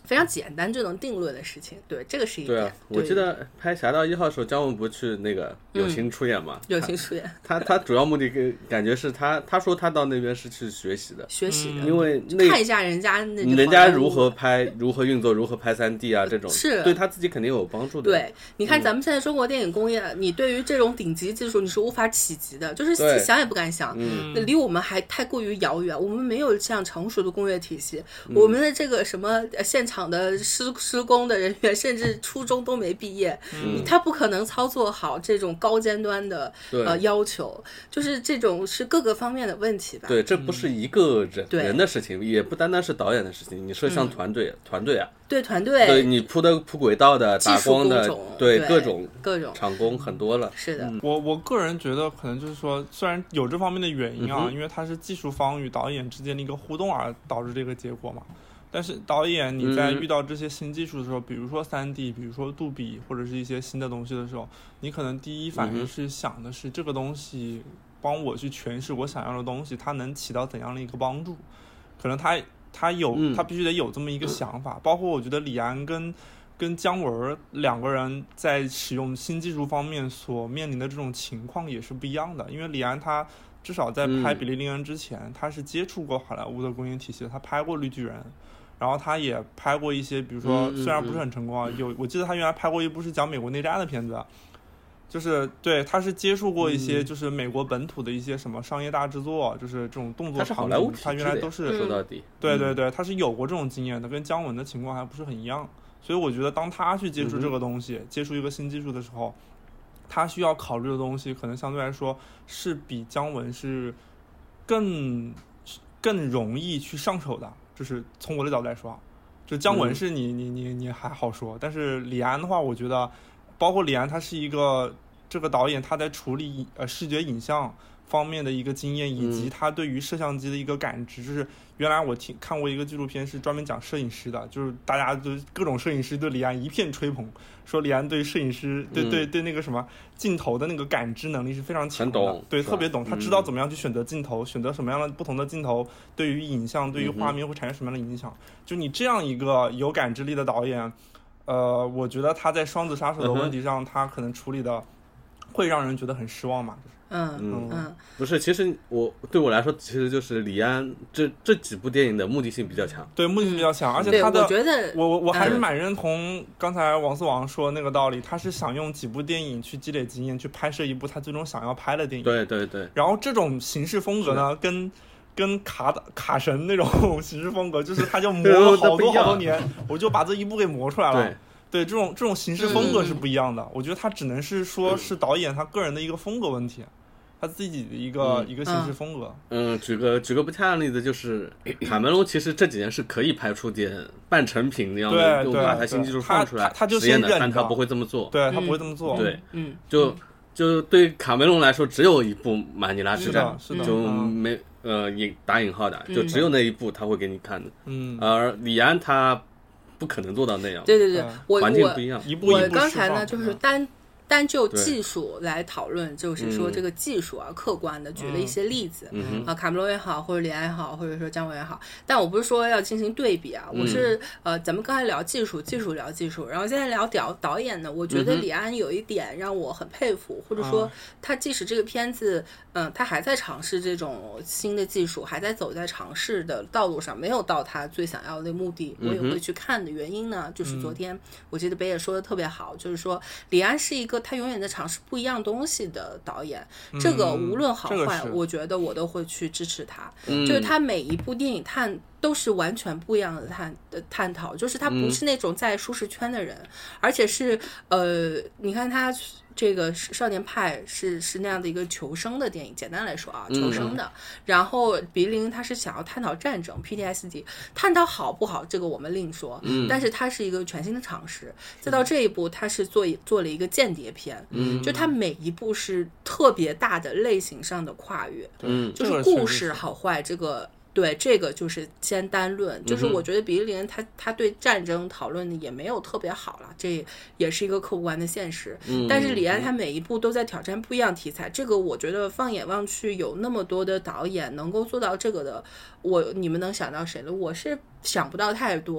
非常简单就能定论的事情。对，这个是一点。 对啊，我记得拍《侠盗一号》的时候，姜文不去那个友情出演嘛？ 友情出演。 他他主要目的感觉是他他说他到那边是去学习的， 学习的， 因为那看一下人家那人家如何拍、如何运作、如何拍三 D 啊，这种是对他自己肯定有帮助的。 对，你看咱们现在中国电影工业，嗯、你对于这种顶级技术你是无法企及的，就是想也不敢想， 嗯， 离我们还太过于遥远，我们没有这样成熟的工业体系，嗯、我们的这个什么现场的施施工的人员，甚至初中都没毕业， 嗯、 他不可能操作好这种高尖端的呃要求，就是这种是各个方面的问题吧。 对，这不是一个人、 嗯、 人的事情，也不单单是导演的事情，你是像团队、嗯、团队啊。 对团队， 对你铺的铺轨道的、打光的， 对各种各种厂工很多了。 是的， 嗯、我我个人觉得可能就是说，虽然有这方面的原因啊， 嗯、 因为它是技术方与导演之间的一个互动而导致这个结果嘛。但是导演你在遇到这些新技术的时候，嗯、比如说 三 D， 比如说杜比或者是一些新的东西的时候，你可能第一反应是想的是这个东西帮我去诠释我想要的东西，它能起到怎样的一个帮助？可能它。他有，他必须得有这么一个想法。嗯、包括我觉得李安跟跟姜文两个人在使用新技术方面所面临的这种情况也是不一样的。因为李安他至少在拍《比利林恩》之前，嗯、他是接触过好莱坞的工业体系，他拍过《绿巨人》，然后他也拍过一些，比如说虽然不是很成功啊，嗯、有我记得他原来拍过一部是讲美国内战的片子。就是对，他是接触过一些，就是美国本土的一些什么商业大制作，嗯、就是这种动作场景，他原来都是说到底， 对对对，他是有过这种经验的，跟姜文的情况还不是很一样。所以我觉得，当他去接触这个东西，嗯、接触一个新技术的时候，他需要考虑的东西，可能相对来说是比姜文是更更容易去上手的。就是从我的角度来说，就姜文是你、嗯、你你你还好说，但是李安的话，我觉得。包括李安，他是一个这个导演，他在处理呃视觉影像方面的一个经验，以及他对于摄像机的一个感知。就是原来我听看过一个纪录片，是专门讲摄影师的，就是大家都各种摄影师对李安一片吹捧，说李安对摄影师对对对那个什么镜头的那个感知能力是非常强的，对，特别懂，他知道怎么样去选择镜头，选择什么样的不同的镜头对于影像对于画面会产生什么样的影响。就你这样一个有感知力的导演。呃，我觉得他在双子杀手的问题上，嗯、他可能处理的会让人觉得很失望嘛。 嗯嗯嗯， 不是，其实我对我来说，其实就是李安这这几部电影的目的性比较强。 对，目的性比较强，而且他的， 我觉得我我我还是蛮认同刚才王思王说的那个道理，他是想用几部电影去积累经验，去拍摄一部他最终想要拍的电影。 对对对。 然后这种形式风格呢，跟跟卡卡神那种形式风格，就是他就磨了好多好多年，我就把这一部给磨出来了。 对。 对，这种这种形式风格是不一样的。嗯、我觉得他只能是说是导演他个人的一个风格问题，他自己的一个、嗯、一个形式风格。 嗯，举个举个不恰当的例子，就是卡梅隆其实这几年是可以拍出点半成品那样的，就把他新技术放出来， 他就实验的，但他不会这么做。 对他不会这么做。 对， 嗯， 就就对卡梅隆来说，只有一部马尼拉之战， 是的， 就没呃引打引号的，就只有那一部他会给你看的。 嗯， 而李安他。不可能做到那样， 对对对，我环境不一样。 我我刚才呢，就是单单就技术来讨论，就是说这个技术啊，客观的举了一些例子、 嗯、 啊，卡梅隆也好，或者李安也好，或者说姜文也好，但我不是说要进行对比啊，我是、嗯、呃，咱们刚才聊技术，技术聊技术，然后现在聊导导演呢，我觉得李安有一点让我很佩服，或者说他即使这个片子，嗯、呃，他还在尝试这种新的技术，还在走在尝试的道路上，没有到他最想要的目的，我也会去看的原因呢，就是昨天我记得北野说的特别好，就是说李安是一个他永远在尝试不一样东西的导演， 嗯、 这个无论好坏、 这个、 我觉得我都会去支持他、 嗯、 就是他每一部电影探都是完全不一样的探的探讨，就是他不是那种在舒适圈的人、嗯、而且是呃你看他这个少年派是是那样的一个求生的电影，简单来说啊，求生的、嗯、然后比利林他是想要探讨战争 P T S D， 探讨好不好这个我们另说、 嗯、 但是他是一个全新的尝试，再到这一部他是做做了一个间谍片， 嗯， 就他每一部是特别大的类型上的跨越， 嗯， 就是故事好坏这个对，这个就是先单论，就是我觉得比利林他他对战争讨论的也没有特别好了，这也是一个客观的现实。 嗯， 但是李安他每一部都在挑战不一样题材，这个我觉得放眼望去有那么多的导演能够做到这个的，我你们能想到谁呢？我是想不到太多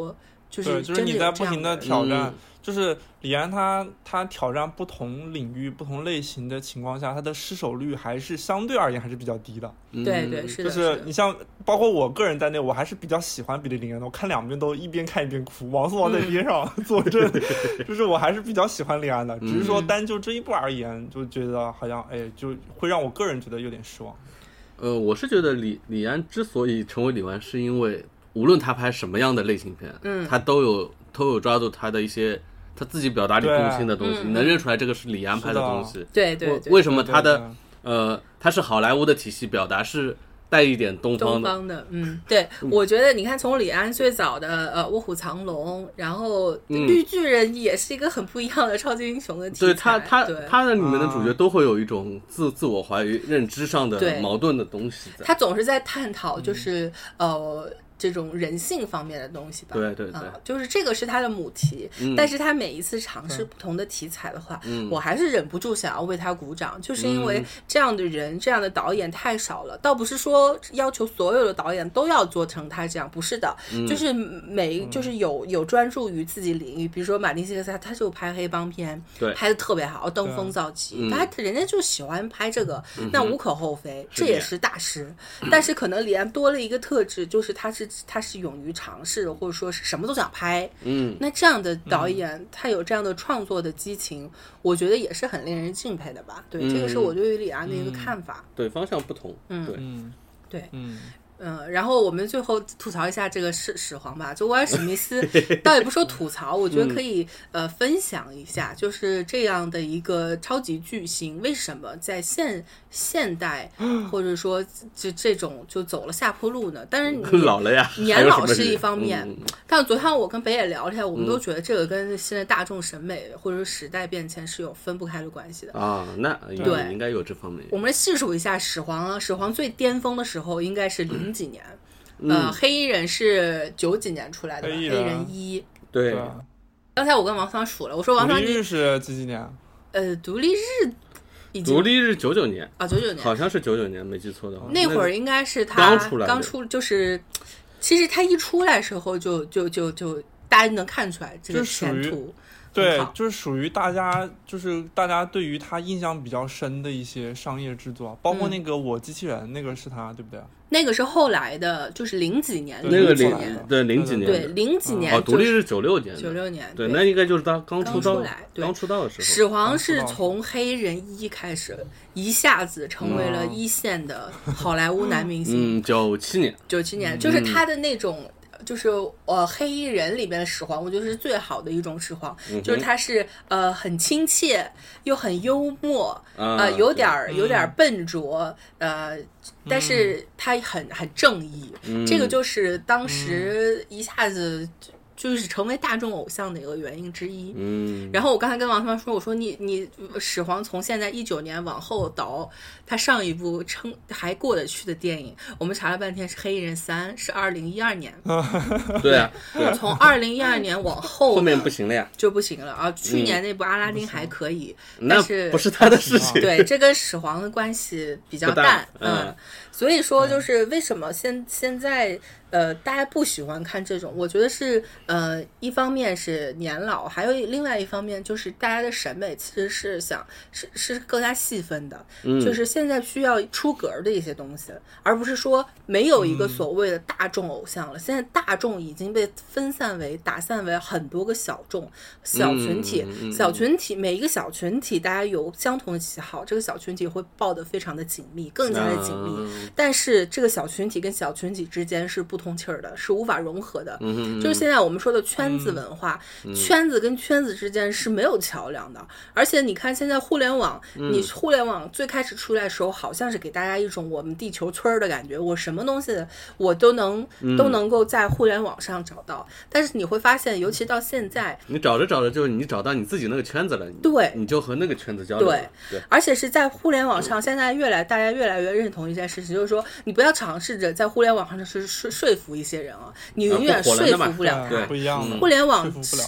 就是对，就是你在不停的挑战。 嗯就是李安他他挑战不同领域不同类型的情况下，他的失手率还是相对而言还是比较低的。 对对是的， 就是你像包括我个人在内，我还是比较喜欢比利林恩的，我看两边都一边看一边哭，王思王在边上坐镇，就是我还是比较喜欢李安的，只是说单就这一部而言，就觉得好像哎，就会让我个人觉得有点失望。 呃，我是觉得李李安之所以成为李安，是因为无论他拍什么样的类型片，嗯，他都有都有抓住他的一些。他自己表达里共性的东西，你能认出来这个是李安拍的东西。 对对对。 为什么他的呃，他是好莱坞的体系表达是带一点东方的？ 东方的，嗯，对，我觉得你看，从李安最早的呃《卧虎藏龙》，然后《绿巨人》也是一个很不一样的超级英雄的题材。 对他，他他的里面的主角都会有一种自自我怀疑、认知上的矛盾的东西在。 他总是在探讨，就是呃。这种人性方面的东西吧， 对对对、 嗯，就是这个是他的母题、嗯，但是他每一次尝试不同的题材的话、嗯，我还是忍不住想要为他鼓掌，就是因为这样的人、嗯、这样的导演太少了。倒不是说要求所有的导演都要做成他这样，不是的，嗯、就是每就是有有专注于自己领域，比如说马丁·西克斯，他就拍黑帮片， 对， 拍的特别好，登峰造极，他人家就喜欢拍这个，嗯、那无可厚非，这也是大师。但是可能李安多了一个特质，就是他是。他是勇于尝试，或者说是什么都想拍， 嗯， 那这样的导演、嗯、他有这样的创作的激情，我觉得也是很令人敬佩的吧。对、嗯，这个是我对于李安的一个看法。 嗯、对，方向不同， 嗯， 对， 嗯， 对， 嗯。 嗯，然后我们最后吐槽一下这个史史皇吧，就威尔史密斯，倒也不说吐槽，我觉得可以、嗯、呃分享一下，就是这样的一个超级巨星，为什么在现现代或者说就这种就走了下坡路呢？但是你老了呀， 年老是一方面， 嗯、 但昨天我跟北野聊了一下，我们都觉得这个跟现在大众审美或者时代变迁是有分不开的关系的啊。那对应该有这方面。 我们细数一下始皇啊，始皇最巅峰的时候应该是零几年。嗯、呃，黑衣人是九几年出来的吧？黑衣人一， 对。 刚才我跟王桑数了，我说王桑， 独立日是几几年？ 呃，独立日已经， 独立日九九年啊，九九年， 好像是九九年，没记错的话。 那会儿应该是他刚出来， 刚出，就是其实他一出来时候就就就就大家能看出来这个前途。 对，就是属于大家，就是大家对于他印象比较深的一些商业制作，包括那个《我机器人》嗯，那个是他，对不对？ 那个是后来的，就是零几年， 那个零对零几年， 对零几年， 哦，独立是九六年， 九六年， 对，那应该就是他刚出道， 刚出道的时候。 始皇是从黑人一开始，一下子成为了一线的好莱坞男明星。 嗯，九七年， 九七年，就是他的那种。就是呃，黑衣人里边的始皇，我觉得是最好的一种始皇，嗯、就是他是呃很亲切又很幽默， 啊、 呃有点有点笨拙，呃，但是他很很正义、 嗯， 这个就是当时一下子。就是成为大众偶像的一个原因之一。 嗯， 然后我刚才跟王芳说，我说你你始皇从现在一九年往后倒，他上一部称还过得去的电影，我们查了半天是《黑衣人三》，是二零一二年。 对啊， 对从二零一二年往后， 后面不行了呀， 就不行了啊。去年那部《阿拉丁》还可以， 嗯、 但是不是他的事情。 对，这跟始皇的关系比较淡， 嗯。 嗯所以说，就是为什么现现在呃大家不喜欢看这种？我觉得是呃一方面是年老，还有另外一方面就是大家的审美其实是想是是更加细分的， 嗯， 就是现在需要出格的一些东西，而不是说没有一个所谓的大众偶像了。嗯、现在大众已经被分散为打散为很多个小众小群体， 嗯、 小群体每一个小群体大家有相同的喜好，这个小群体会抱得非常的紧密，更加的紧密。 嗯但是这个小群体跟小群体之间是不通气儿的，是无法融合的。 嗯， 就是现在我们说的圈子文化， 嗯、 圈子跟圈子之间是没有桥梁的。而且你看现在互联网， 嗯、 你互联网最开始出来的时候，好像是给大家一种我们地球村儿的感觉，我什么东西我都能、 嗯、 都能够在互联网上找到。但是你会发现，尤其到现在， 你找着找着就是你找到你自己那个圈子了， 对， 你就和那个圈子交流了。 对， 对， 而且是在互联网上，现在越来大家越来越认同一件事情，就是说你不要尝试着在互联网上是说说服一些人啊，你永远说服不了他。 不一样的， 互联网说服不了的。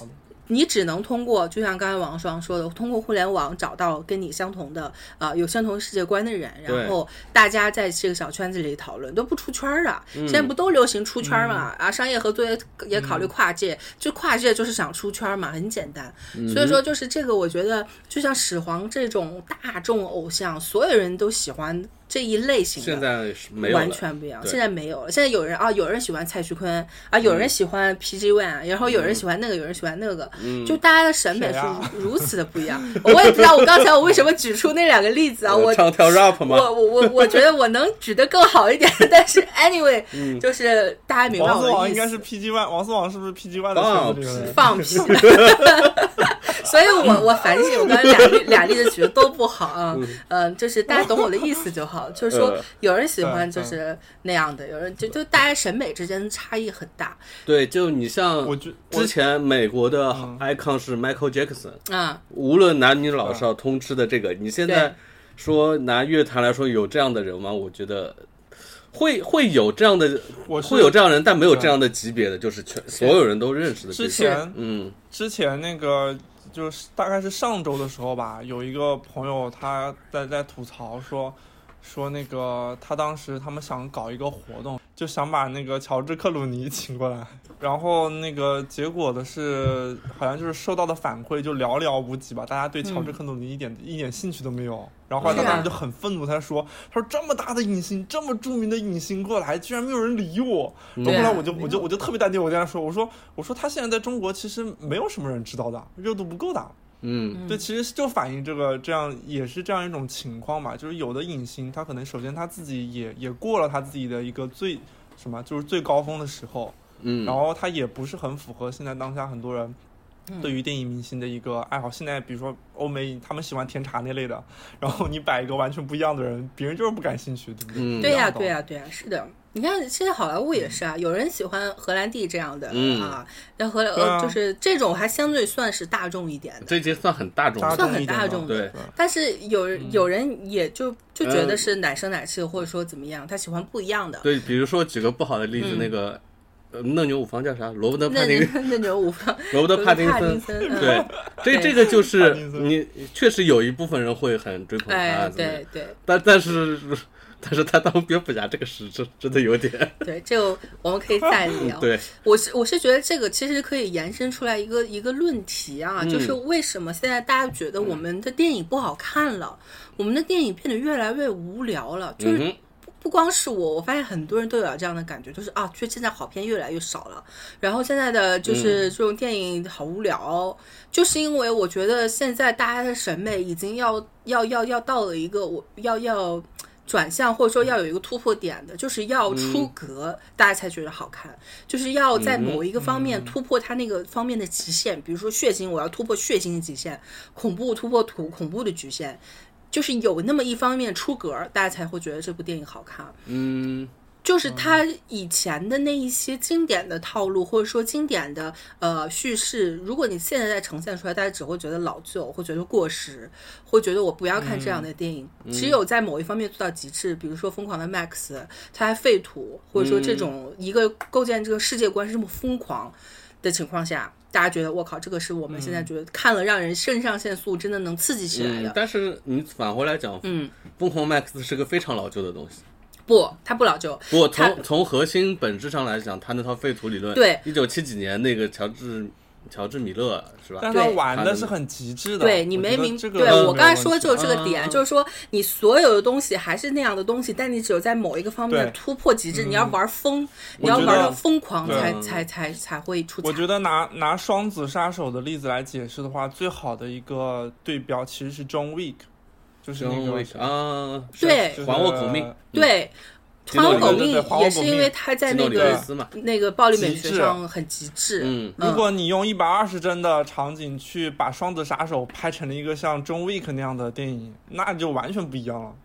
你只能通过，就像刚才王双说的，通过互联网找到跟你相同的啊、呃、有相同世界观的人，然后大家在这个小圈子里讨论，都不出圈啊。嗯、现在不都流行出圈嘛？嗯、啊，商业合作也也考虑跨界，嗯、就跨界就是想出圈嘛，很简单。嗯、所以说，就是这个，我觉得就像始皇这种大众偶像，所有人都喜欢。这一类型的现在没有了， 完全不一样。现在没有了。现在有人啊，有人喜欢蔡徐坤啊，有人喜欢 P G One，、嗯、然后有人喜欢那个，嗯、有人喜欢那个，嗯、就大家的审美是如此的不一样。啊、我也不知道我刚才我为什么举出那两个例子啊，我唱跳 rap 吗？ 我我我我觉得我能举得更好一点，但是 anyway，、嗯、就是大家明白我的意思。 王思王应该是 P G One， 王思王是不是 P G One 的圈子里面？ 放屁！所以我我反省，我刚才俩例俩例子举的都不好啊，嗯、呃，就是大家懂我的意思就好。就是说，有人喜欢就是那样的，有人就就大家审美之间的差异很大。 对，就你像之前美国的 icon 是 Michael Jackson 啊， 无论男女老少通吃的这个，你现在说拿乐坛来说有这样的人吗？我觉得。会会有这样的，会有这样的人，但没有这样的级别的，就是全所有人都认识的。 之前， 嗯， 之前那个就是大概是上周的时候吧，有一个朋友他在在吐槽说，说那个他当时他们想搞一个活动，就想把那个乔治克鲁尼请过来，然后那个结果的是好像就是收到的反馈就寥寥无几吧，大家对乔治克鲁尼一点、嗯、一点兴趣都没有。然后后来他当时就很愤怒，他说：“他说这么大的影星，这么著名的影星过来，居然没有人理我。”然后后来我就我就我就特别淡定，我跟他说：“我说我说他现在在中国其实没有什么人知道的，热度不够大。” 嗯， 对，其实就反映这个这样也是这样一种情况吧，就是有的影星他可能首先他自己也也过了他自己的一个最什么就是最高峰的时候， 嗯， 然后他也不是很符合现在当下很多人。对于电影明星的一个爱好，现在比如说欧美他们喜欢甜茶那类的，然后你摆一个完全不一样的人，别人就是不感兴趣，对不对？ 嗯、对呀、啊，对呀、啊，对呀、啊，是的。你看现在好莱坞也是啊，有人喜欢荷兰弟这样的、 嗯、 啊，那荷兰、呃、就是这种还相对算是大众一点的， 这已经算很大众， 算很大众的。 对，但是有有人也就就觉得是奶声奶气，或者说怎么样，他喜欢不一样的。 对，比如说举个不好的例子，嗯、那个。呃，嫩牛五方叫啥？罗伯特·帕丁森。 嫩牛五方， 罗伯特·帕丁森。对，这这个就是你确实有一部分人会很追捧他， 哎、对对。 但但是但是他当蝙蝠侠这个是真真的有点。 对，这个我们可以再聊。 对， 我是我是觉得这个其实可以延伸出来一个一个论题啊，嗯、就是为什么现在大家觉得我们的电影不好看了，嗯、我们的电影变得越来越无聊了，就是。嗯不光是我，我发现很多人都有这样的感觉，就是啊，就现在好片越来越少了，然后现在的就是这种电影好无聊、哦嗯、就是因为我觉得现在大家的审美已经要要要要到了一个我要要转向，或者说要有一个突破点的，就是要出格、嗯、大家才觉得好看，就是要在某一个方面突破它那个方面的极限、嗯、比如说血腥，我要突破血腥的极限，恐怖突破恐恐怖的局限，就是有那么一方面出格，大家才会觉得这部电影好看。 嗯， 就是他以前的那一些经典的套路，或者说经典的呃叙事，如果你现在再呈现出来，大家只会觉得老旧，会觉得过时，会觉得我不要看这样的电影。嗯、只有在某一方面做到极致，比如说《疯狂的 Max》，他还废土，或者说这种一个构建这个世界观是这么疯狂的情况下。大家觉得我靠，这个是我们现在觉得看了让人肾上腺素真的能刺激起来的。 嗯、但是你返回来讲， 嗯， 疯狂 Max 是个非常老旧的东西。 不，它不老旧。 不，从从核心本质上来讲，它那套废土理论， 对， 一九七几年那个乔治乔治米勒是吧？ 但他玩的是很极致的。 对，你没明这个， 对我刚才说的就是这个点，嗯、就是说你所有的东西还是那样的东西，但你只有在某一个方面突破极致，你要玩疯，嗯、你要玩到疯狂才才才才会出彩。 我觉得拿拿双子杀手的例子来解释的话，最好的一个对标其实是 John Wick， 就是那个 John Wick 啊， 对， 就是、还我狗命， 对。还我狗命也是因为他在那个那个暴力美学上很极致。 嗯， 如果你用一百二十帧的场景去把双子杀手拍成了一个像 John Wick 那样的电影，那就完全不一样了。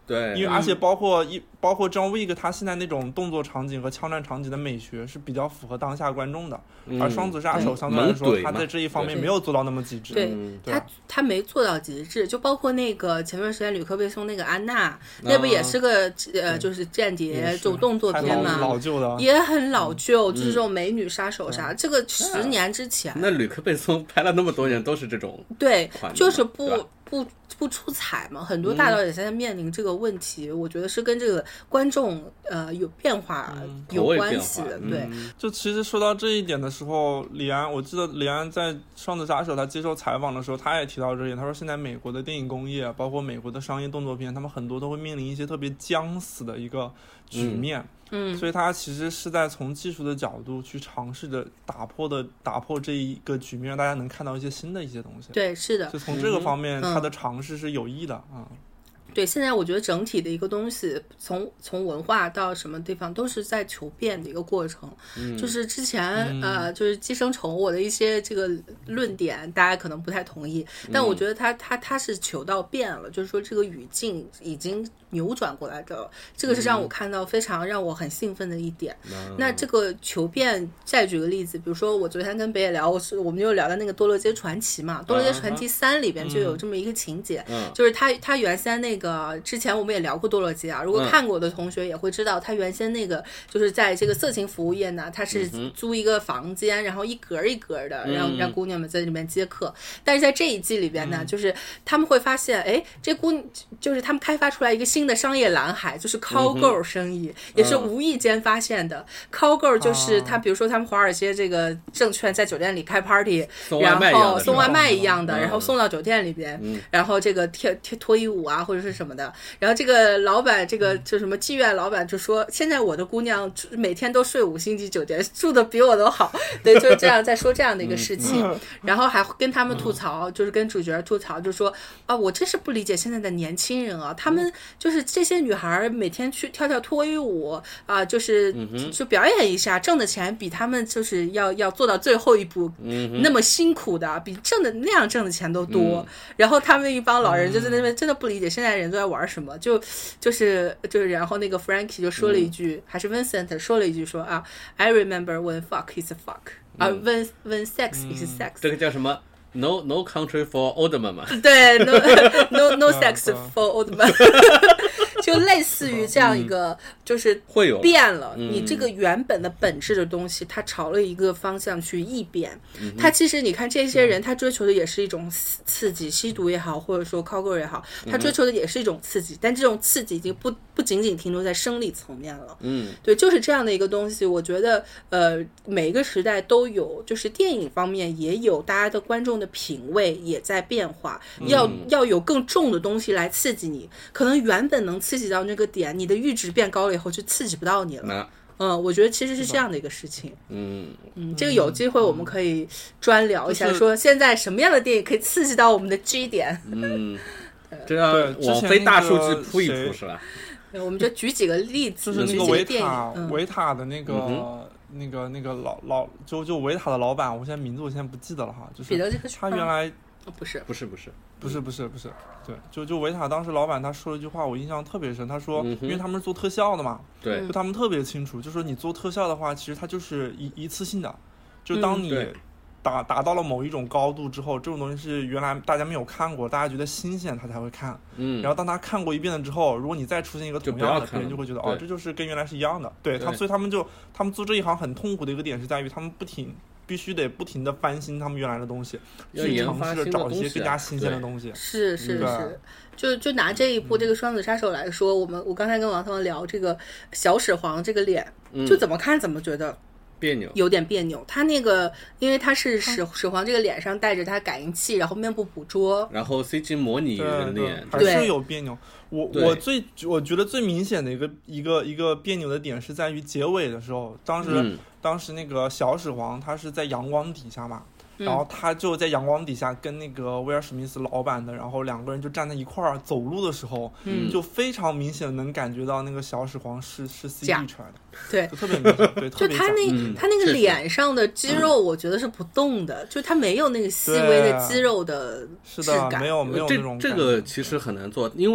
对， 因为而且包括一包括 John Wick 他现在那种动作场景和枪战场景的美学是比较符合当下观众的， 嗯、 而双子杀手相对来说他在这一方面没有做到那么极致。 对， 嗯、 对他他没做到极致，就包括那个前段时间吕克贝松那个安娜，那不也是个、啊、呃就是间谍这种动作片嘛， 老旧的， 也很老旧，嗯、就是这种美女杀手啥，嗯、这个十年之前。 那吕克贝松拍了那么多年都是这种， 对，就是不不不出彩嘛，很多大导演现在面临这个问题，嗯、我觉得是跟这个观众呃有变化有关系的。 嗯、 对， 就其实说到这一点的时候，李安，我记得李安在《双子杀手》他接受采访的时候，他也提到这一点。他说，现在美国的电影工业，包括美国的商业动作片，他们很多都会面临一些特别僵死的一个局面。嗯嗯， 所以他其实是在从技术的角度去尝试着打破的打破这一个局面，让大家能看到一些新的一些东西。 对，是的， 就从这个方面， 嗯、 他的尝试是有益的啊。嗯对，现在我觉得整体的一个东西，从从文化到什么地方都是在求变的一个过程。 嗯、 就是之前、 嗯、 呃，就是《寄生虫》我的一些这个论点，大家可能不太同意，但我觉得它它它是求到变了，就是说这个语境已经扭转过来的，这个是让我看到非常让我很兴奋的一点。 嗯、 那这个求变，再举个例子，比如说我昨天跟北野聊，我是我们就聊到那个《多罗街传奇》嘛，《多罗街传奇三》里边就有这么一个情节， 嗯、 就是他他原先那个。之前我们也聊过多洛基啊，如果看过的同学也会知道，他原先那个就是在这个色情服务业呢，他是租一个房间，然后一格一格的让让姑娘们在里面接客。但是在这一季里边呢，就是他们会发现，哎，这姑就是他们开发出来一个新的商业蓝海，就是 call girl 生意，也是无意间发现的。call girl 就是他，比如说他们华尔街这个证券在酒店里开 party， 然后送外卖一样的，然后送到酒店里边，然后这个贴贴脱衣舞啊或者是什么的。然后这个老板，这个就什么妓院老板就说，现在我的姑娘每天都睡五星级酒店，住的比我都好。对，就是这样在说这样的一个事情。然后还跟他们吐槽，就是跟主角吐槽，就说啊，我真是不理解现在的年轻人啊，他们就是这些女孩每天去跳跳脱衣舞啊，就是就表演一下，挣的钱比他们就是要要做到最后一步那么辛苦的，比挣的那样挣的钱都多。然后他们一帮老人就在那边真的不理解现在人都在玩什么，就就是就是，然后那个 Frankie 就说了一句，嗯、还是 Vincent 说了一句说啊 ，I remember when fuck is a fuck，啊、嗯、，when when sex is sex，、嗯、 这个叫什么 ？No no country for old men 嘛？ 对 ，no no no sex for old men 。就类似于这样一个，就是变了，你这个原本的本质的东西，它朝了一个方向去异变。它其实你看这些人，他追求的也是一种刺激，吸毒也好，或者说 call girl 也好，他追求的也是一种刺激，但这种刺激已经不不仅仅停留在生理层面了。 嗯， 对，就是这样的一个东西。我觉得，呃，每一个时代都有，就是电影方面也有，大家的观众的品味也在变化，要要有更重的东西来刺激你，可能原本能刺激到那个点，你的阈值变高了以后就刺激不到你了。嗯，我觉得其实是这样的一个事情。 嗯嗯，这个有机会我们可以专聊一下，就是、说现在什么样的电影可以刺激到我们的 G 点。 嗯，这要网飞大数据铺一铺是吧？ 我们就举几个例子， 就是那个维塔、 嗯、 维塔的那个、嗯、那个那个老老就就维塔的老板，我现在名字我现在不记得了哈，就是他原来。 哦、不是不是不是不是不是不是，对，就就维塔当时老板他说了一句话，我印象特别深。他说， 嗯、 因为他们是做特效的嘛， 对， 就他们特别清楚，就说你做特效的话，其实它就是一一次性的，就当你达、嗯、达到了某一种高度之后，这种东西是原来大家没有看过，大家觉得新鲜，他才会看。 嗯， 然后当他看过一遍了之后，如果你再出现一个同样的，别人就会觉得哦，这就是跟原来是一样的。对他，所以他们就他们做这一行很痛苦的一个点是在于他们不停。必须得不停的翻新他们原来的东西，去尝试着找一些更加新鲜的东西。 是是是，就就拿这一部这个双子杀手来说，我们我刚才跟王涛聊这个小始皇这个脸， 嗯、 就怎么看怎么觉得别扭， 有点别扭。他那个，因为他是始始皇这个脸上带着他感应器，然后面部捕捉， 然后 C G 模拟人脸， 还是有别扭。我我最我觉得最明显的一个一个一个别扭的点是在于结尾的时候，当时、嗯、当时那个小始皇他是在阳光底下嘛。然后他就在阳光底下跟那个威尔史密斯老板的，然后两个人就站在一块儿走路的时候， 嗯， 就非常明显能感觉到那个小始皇是是 C G 出来的， 对， 就特别明显，对， 就他那、嗯、他那个脸上的肌肉，我觉得是不动的，嗯、就他没有那个细微的肌肉的质感， 是的，没有没有那种这这个其实很难做，因为你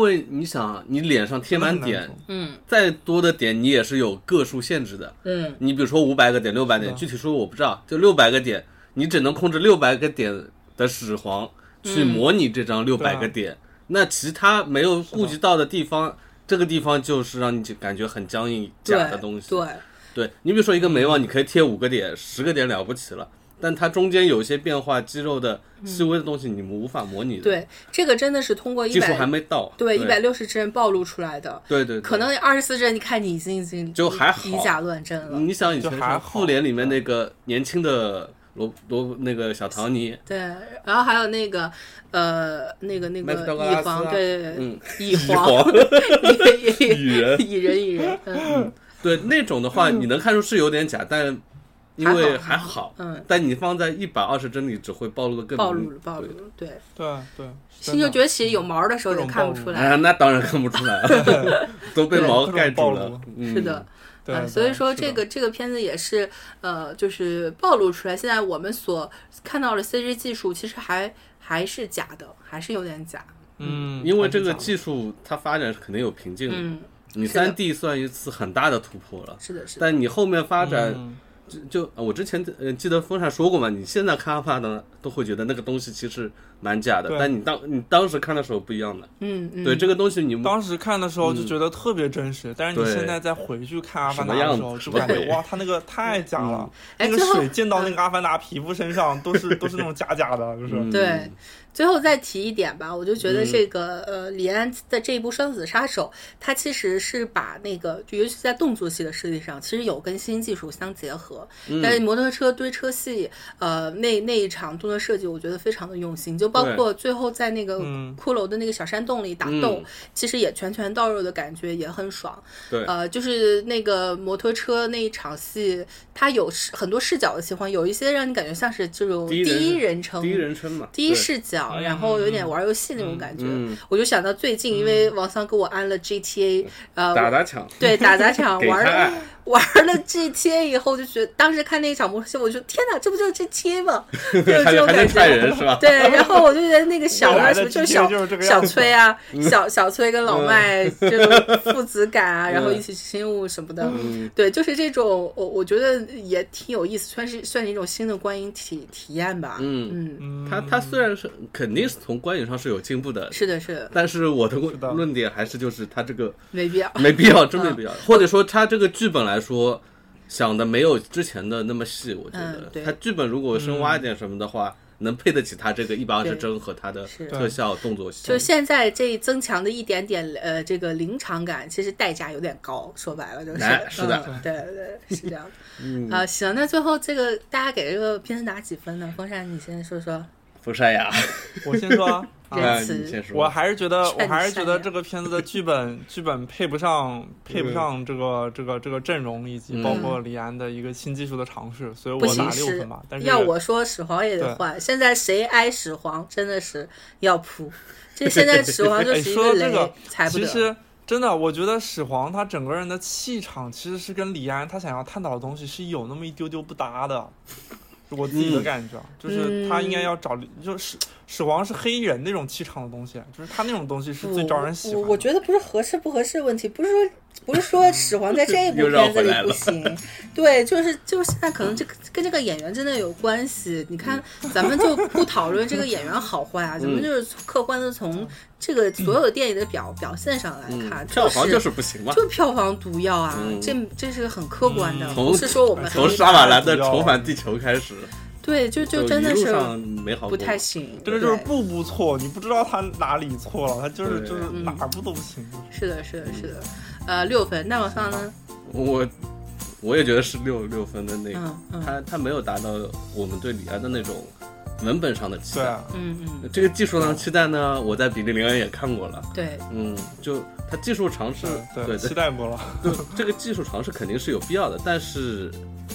想你脸上贴满点， 嗯， 再多的点你也是有个数限制的， 嗯， 你比如说五百个点、六百点，具体数我不知道，就六百个点，你只能控制六百个点的始皇去模拟这张六百个点，嗯、那其他没有顾及到的地方，这个地方就是让你感觉很僵硬假的东西。 对， 对, 对你比如说一个眉毛，你可以贴五个点、十个点了不起了。但它中间有一些变化，肌肉的细微的东西，你们无法模拟的。 对，这个真的是通过一百技术还没到， 对一百六十帧暴露出来的。 对 对, 对， 可能二十四帧，你看你已经已经就还好， 以假乱真了。 你想以前复联里面那个年轻的罗罗那个小唐尼， 对，然后还有那个呃那个那个蚁皇，对对对， 嗯， 蚁皇， 蚁人， 蚁人，蚁人，嗯， 对那种的话，你能看出是有点假，但。因为还好， 嗯， 但你放在一百二十帧里，只会暴露的更暴露了，暴露了，对， 对对。 星球崛起有毛的时候也看不出来， 啊，那当然看不出来了，都被毛盖住了。 是的，啊，所以说这个这个片子也是，呃，就是暴露出来。现在我们所看到的 C G 技术，其实还还是假的，还是有点假。 嗯， 因为这个技术它发展肯定有瓶颈的， 嗯， 你 三 D 算一次很大的突破了， 是的，是的。 但你后面发展。嗯就就我之前呃记得风扇说过嘛，你现在看阿帕呢都会觉得那个东西其实蛮假的，但你当你当时看的时候不一样的， 嗯嗯， 对这个东西你当时看的时候就觉得特别真实，嗯、但是你现在再回去看阿凡达的时候，就感觉哇，他那个太假了，嗯、那个水溅到那个阿凡达皮肤身上都是都是那种假假的，就是、 嗯、对。最后再提一点吧，我就觉得这个、嗯、呃，李安的这一部《双子杀手》，他其实是把那个，尤其是在动作戏的设计上，其实有跟新技术相结合。 嗯、 但是摩托车堆车戏，呃，那那一场动作设计，我觉得非常的用心，就包括最后在那个骷髅的那个小山洞里打斗， 嗯、 其实也拳拳到肉的感觉也很爽。 对， 呃，就是那个摩托车那一场戏，它有很多视角的切换，有一些让你感觉像是这种第一人称、 第一人称嘛， 第一视角。然后有点玩游戏那种感觉， 嗯、 我就想到最近，因为王桑给我安了 G T A，、嗯、呃， 打打抢， 对，打打抢，玩了玩了 G T A 以后，就觉得当时看那一场摩托戏，我就天哪，这不就是 G T A 吗？就有这种感觉， 人是吧？ 对，然后我就觉得那个小啊，什么就是小小崔啊，小小崔跟老麦这种父子感啊，然后一起去新物什么的， 嗯、 对，就是这种，我我觉得也挺有意思，算是算是一种新的观影体体验吧。 嗯嗯， 他他虽然是肯定是从观影上是有进步的， 是的，是的， 但是我的论点还是就是他这个没必要， 没必要，真没必要，嗯、或者说他这个剧本来说想的没有之前的那么细，我觉得、 嗯、 他剧本如果深挖一点什么的话。嗯能配得起他这个一百二十帧和他的特效动作戏， 就现在这增强的一点点呃这个临场感，其实代价有点高，说白了就是， 是的， 嗯、对对是这样的。 嗯啊、呃，行，那最后这个大家给这个片子打几分呢？风扇，你先说说。 风扇呀， 我先说啊。 啊、 我还是觉得，我还是觉得这个片子的剧本剧本配不上，配不上这个这个这个阵容，以及包括李安的一个新技术的尝试，所以我打六分吧。但是要我说，始皇也得换。现在谁挨始皇真的是要扑，这现在始皇就是一个雷， 哎、说踩不得。 其实真的，我觉得始皇他整个人的气场其实是跟李安他想要探讨的东西是有那么一丢丢不搭的。我自己的感觉，嗯、就是他应该要找，就是始皇是黑人那种气场的东西，就是他那种东西是最招人喜欢的。 我, 我觉得不是合适不合适的问题，不是说不是说始皇在这一部片子里不行，对，就是就是现在可能这个跟这个演员真的有关系。你看，咱们就不讨论这个演员好坏啊，咱们就是客观的从这个所有电影的表、嗯、表现上来看， 嗯、票房就是不行嘛， 就票房毒药啊，嗯、这这是个很客观的， 嗯、 不是说我们从杀马兰的重返地球开始。 对，就就真的是不太行， 真的就是步步错，你不知道他哪里错了，他就是就是哪步都不行。 是的，是的，是的，呃，六分。那往上呢？ 我我也觉得是六六分的那个， 嗯嗯、 他他没有达到我们对李安的那种文本上的期待。 对啊， 嗯嗯。 这个技术上期待呢，我在比利林恩也看过了。 对， 嗯，就他技术尝试， 对对期待过了。 对，这个技术尝试肯定是有必要的，但是。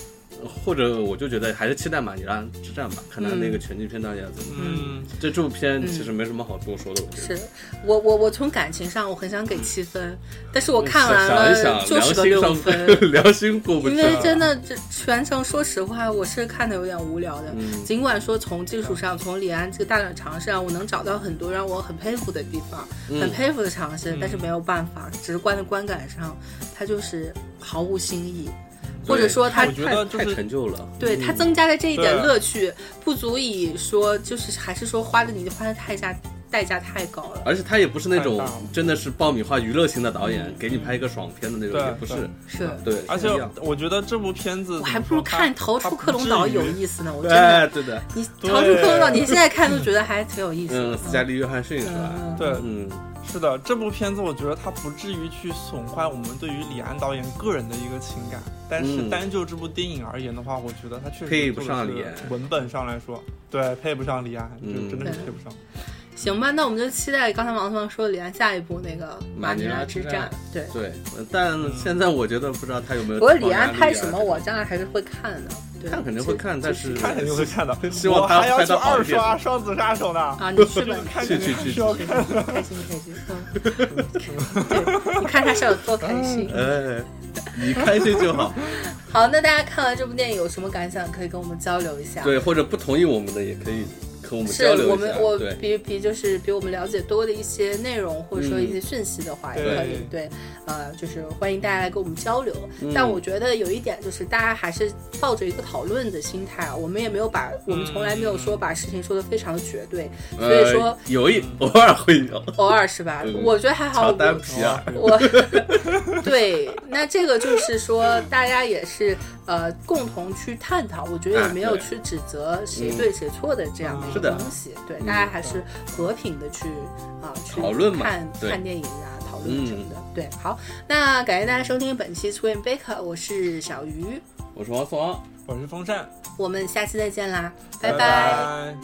或者我就觉得还是期待马尼拉之战吧，看他那个全剧片到底要怎么。嗯，这这部片其实没什么好多说的，我觉得。 是我我我从感情上我很想给七分，但是我看完了就是个六分， 良心过不去。 因为真的这全程说实话我是看的有点无聊的，嗯、尽管说从技术上，从李安这个大胆尝试上，我能找到很多让我很佩服的地方，嗯、很佩服的尝试，但是没有办法，直观的观感上，它就是毫无新意。或者说他太太陈旧了， 对、嗯、他增加的这一点乐趣不足以说，就是还是说花的你花的太价代价太高了。 而且他也不是那种真的是爆米花娱乐型的导演，嗯、给你拍一个爽片的那种，也不是。 是， 对。 而且我觉得这部片子， 我还不如看《逃出克隆岛》有意思呢。我真的，对的。 你《逃出克隆岛》，你现在看都觉得还挺有意思的。 嗯，斯嘉丽·约翰逊是吧？ 嗯、对，嗯。是的，这部片子我觉得它不至于去损坏我们对于李安导演个人的一个情感，但是单就这部电影而言的话，我觉得它确实配不上李安。 文本上来说，对，配不上李安，就真的是配不上。 行吧，那我们就期待刚才王思王说的李安下一部那个马尼拉之战。对对，但现在我觉得不知道他有没有。 不过李安拍什么，我将来还是会看的。 看肯定会看，但是看肯定会看的。 希望他拍到二刷《双子杀手》呢。 啊，你去吧， 去去去， 开心开心。嗯，对，你看他是有多开心。 哎，你开心就好。 好，那大家看完这部电影有什么感想，可以跟我们交流一下。 对，或者不同意我们的也可以。跟我们交流一下， 是我们我比比就是比我们了解多的一些内容或者说一些讯息的话，嗯、也可以对，呃，就是欢迎大家来跟我们交流。嗯、但我觉得有一点就是大家还是抱着一个讨论的心态啊，我们也没有把我们从来没有说把事情说得非常绝对， 嗯、 所以说、 呃、有一偶尔会有， 偶尔是吧？嗯、我觉得还好。 乔丹皮尔， 我对，那这个就是说大家也是呃共同去探讨，我觉得也没有去指责谁对谁错的这样的一个东西，嗯、对。大家还是和平的去啊、呃、去讨论嘛， 看看电影啊，讨论什么的。嗯、对，好，那感谢大家收听本期 Swing Baker， 我是小鱼， 我是王思王， 我是风扇， 我们下期再见啦，拜拜。 拜拜。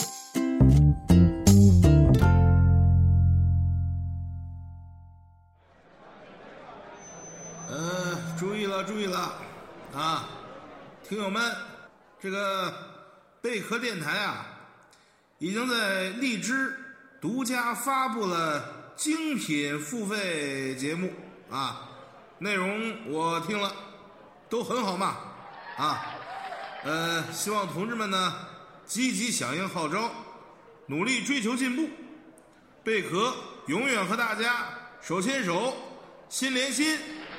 呃，注意了，注意了，啊，听友们，这个贝壳电台啊。已经在荔枝独家发布了精品付费节目啊，内容我听了都很好嘛啊，呃，希望同志们呢积极响应号召，努力追求进步，贝壳永远和大家手牵手，心连心。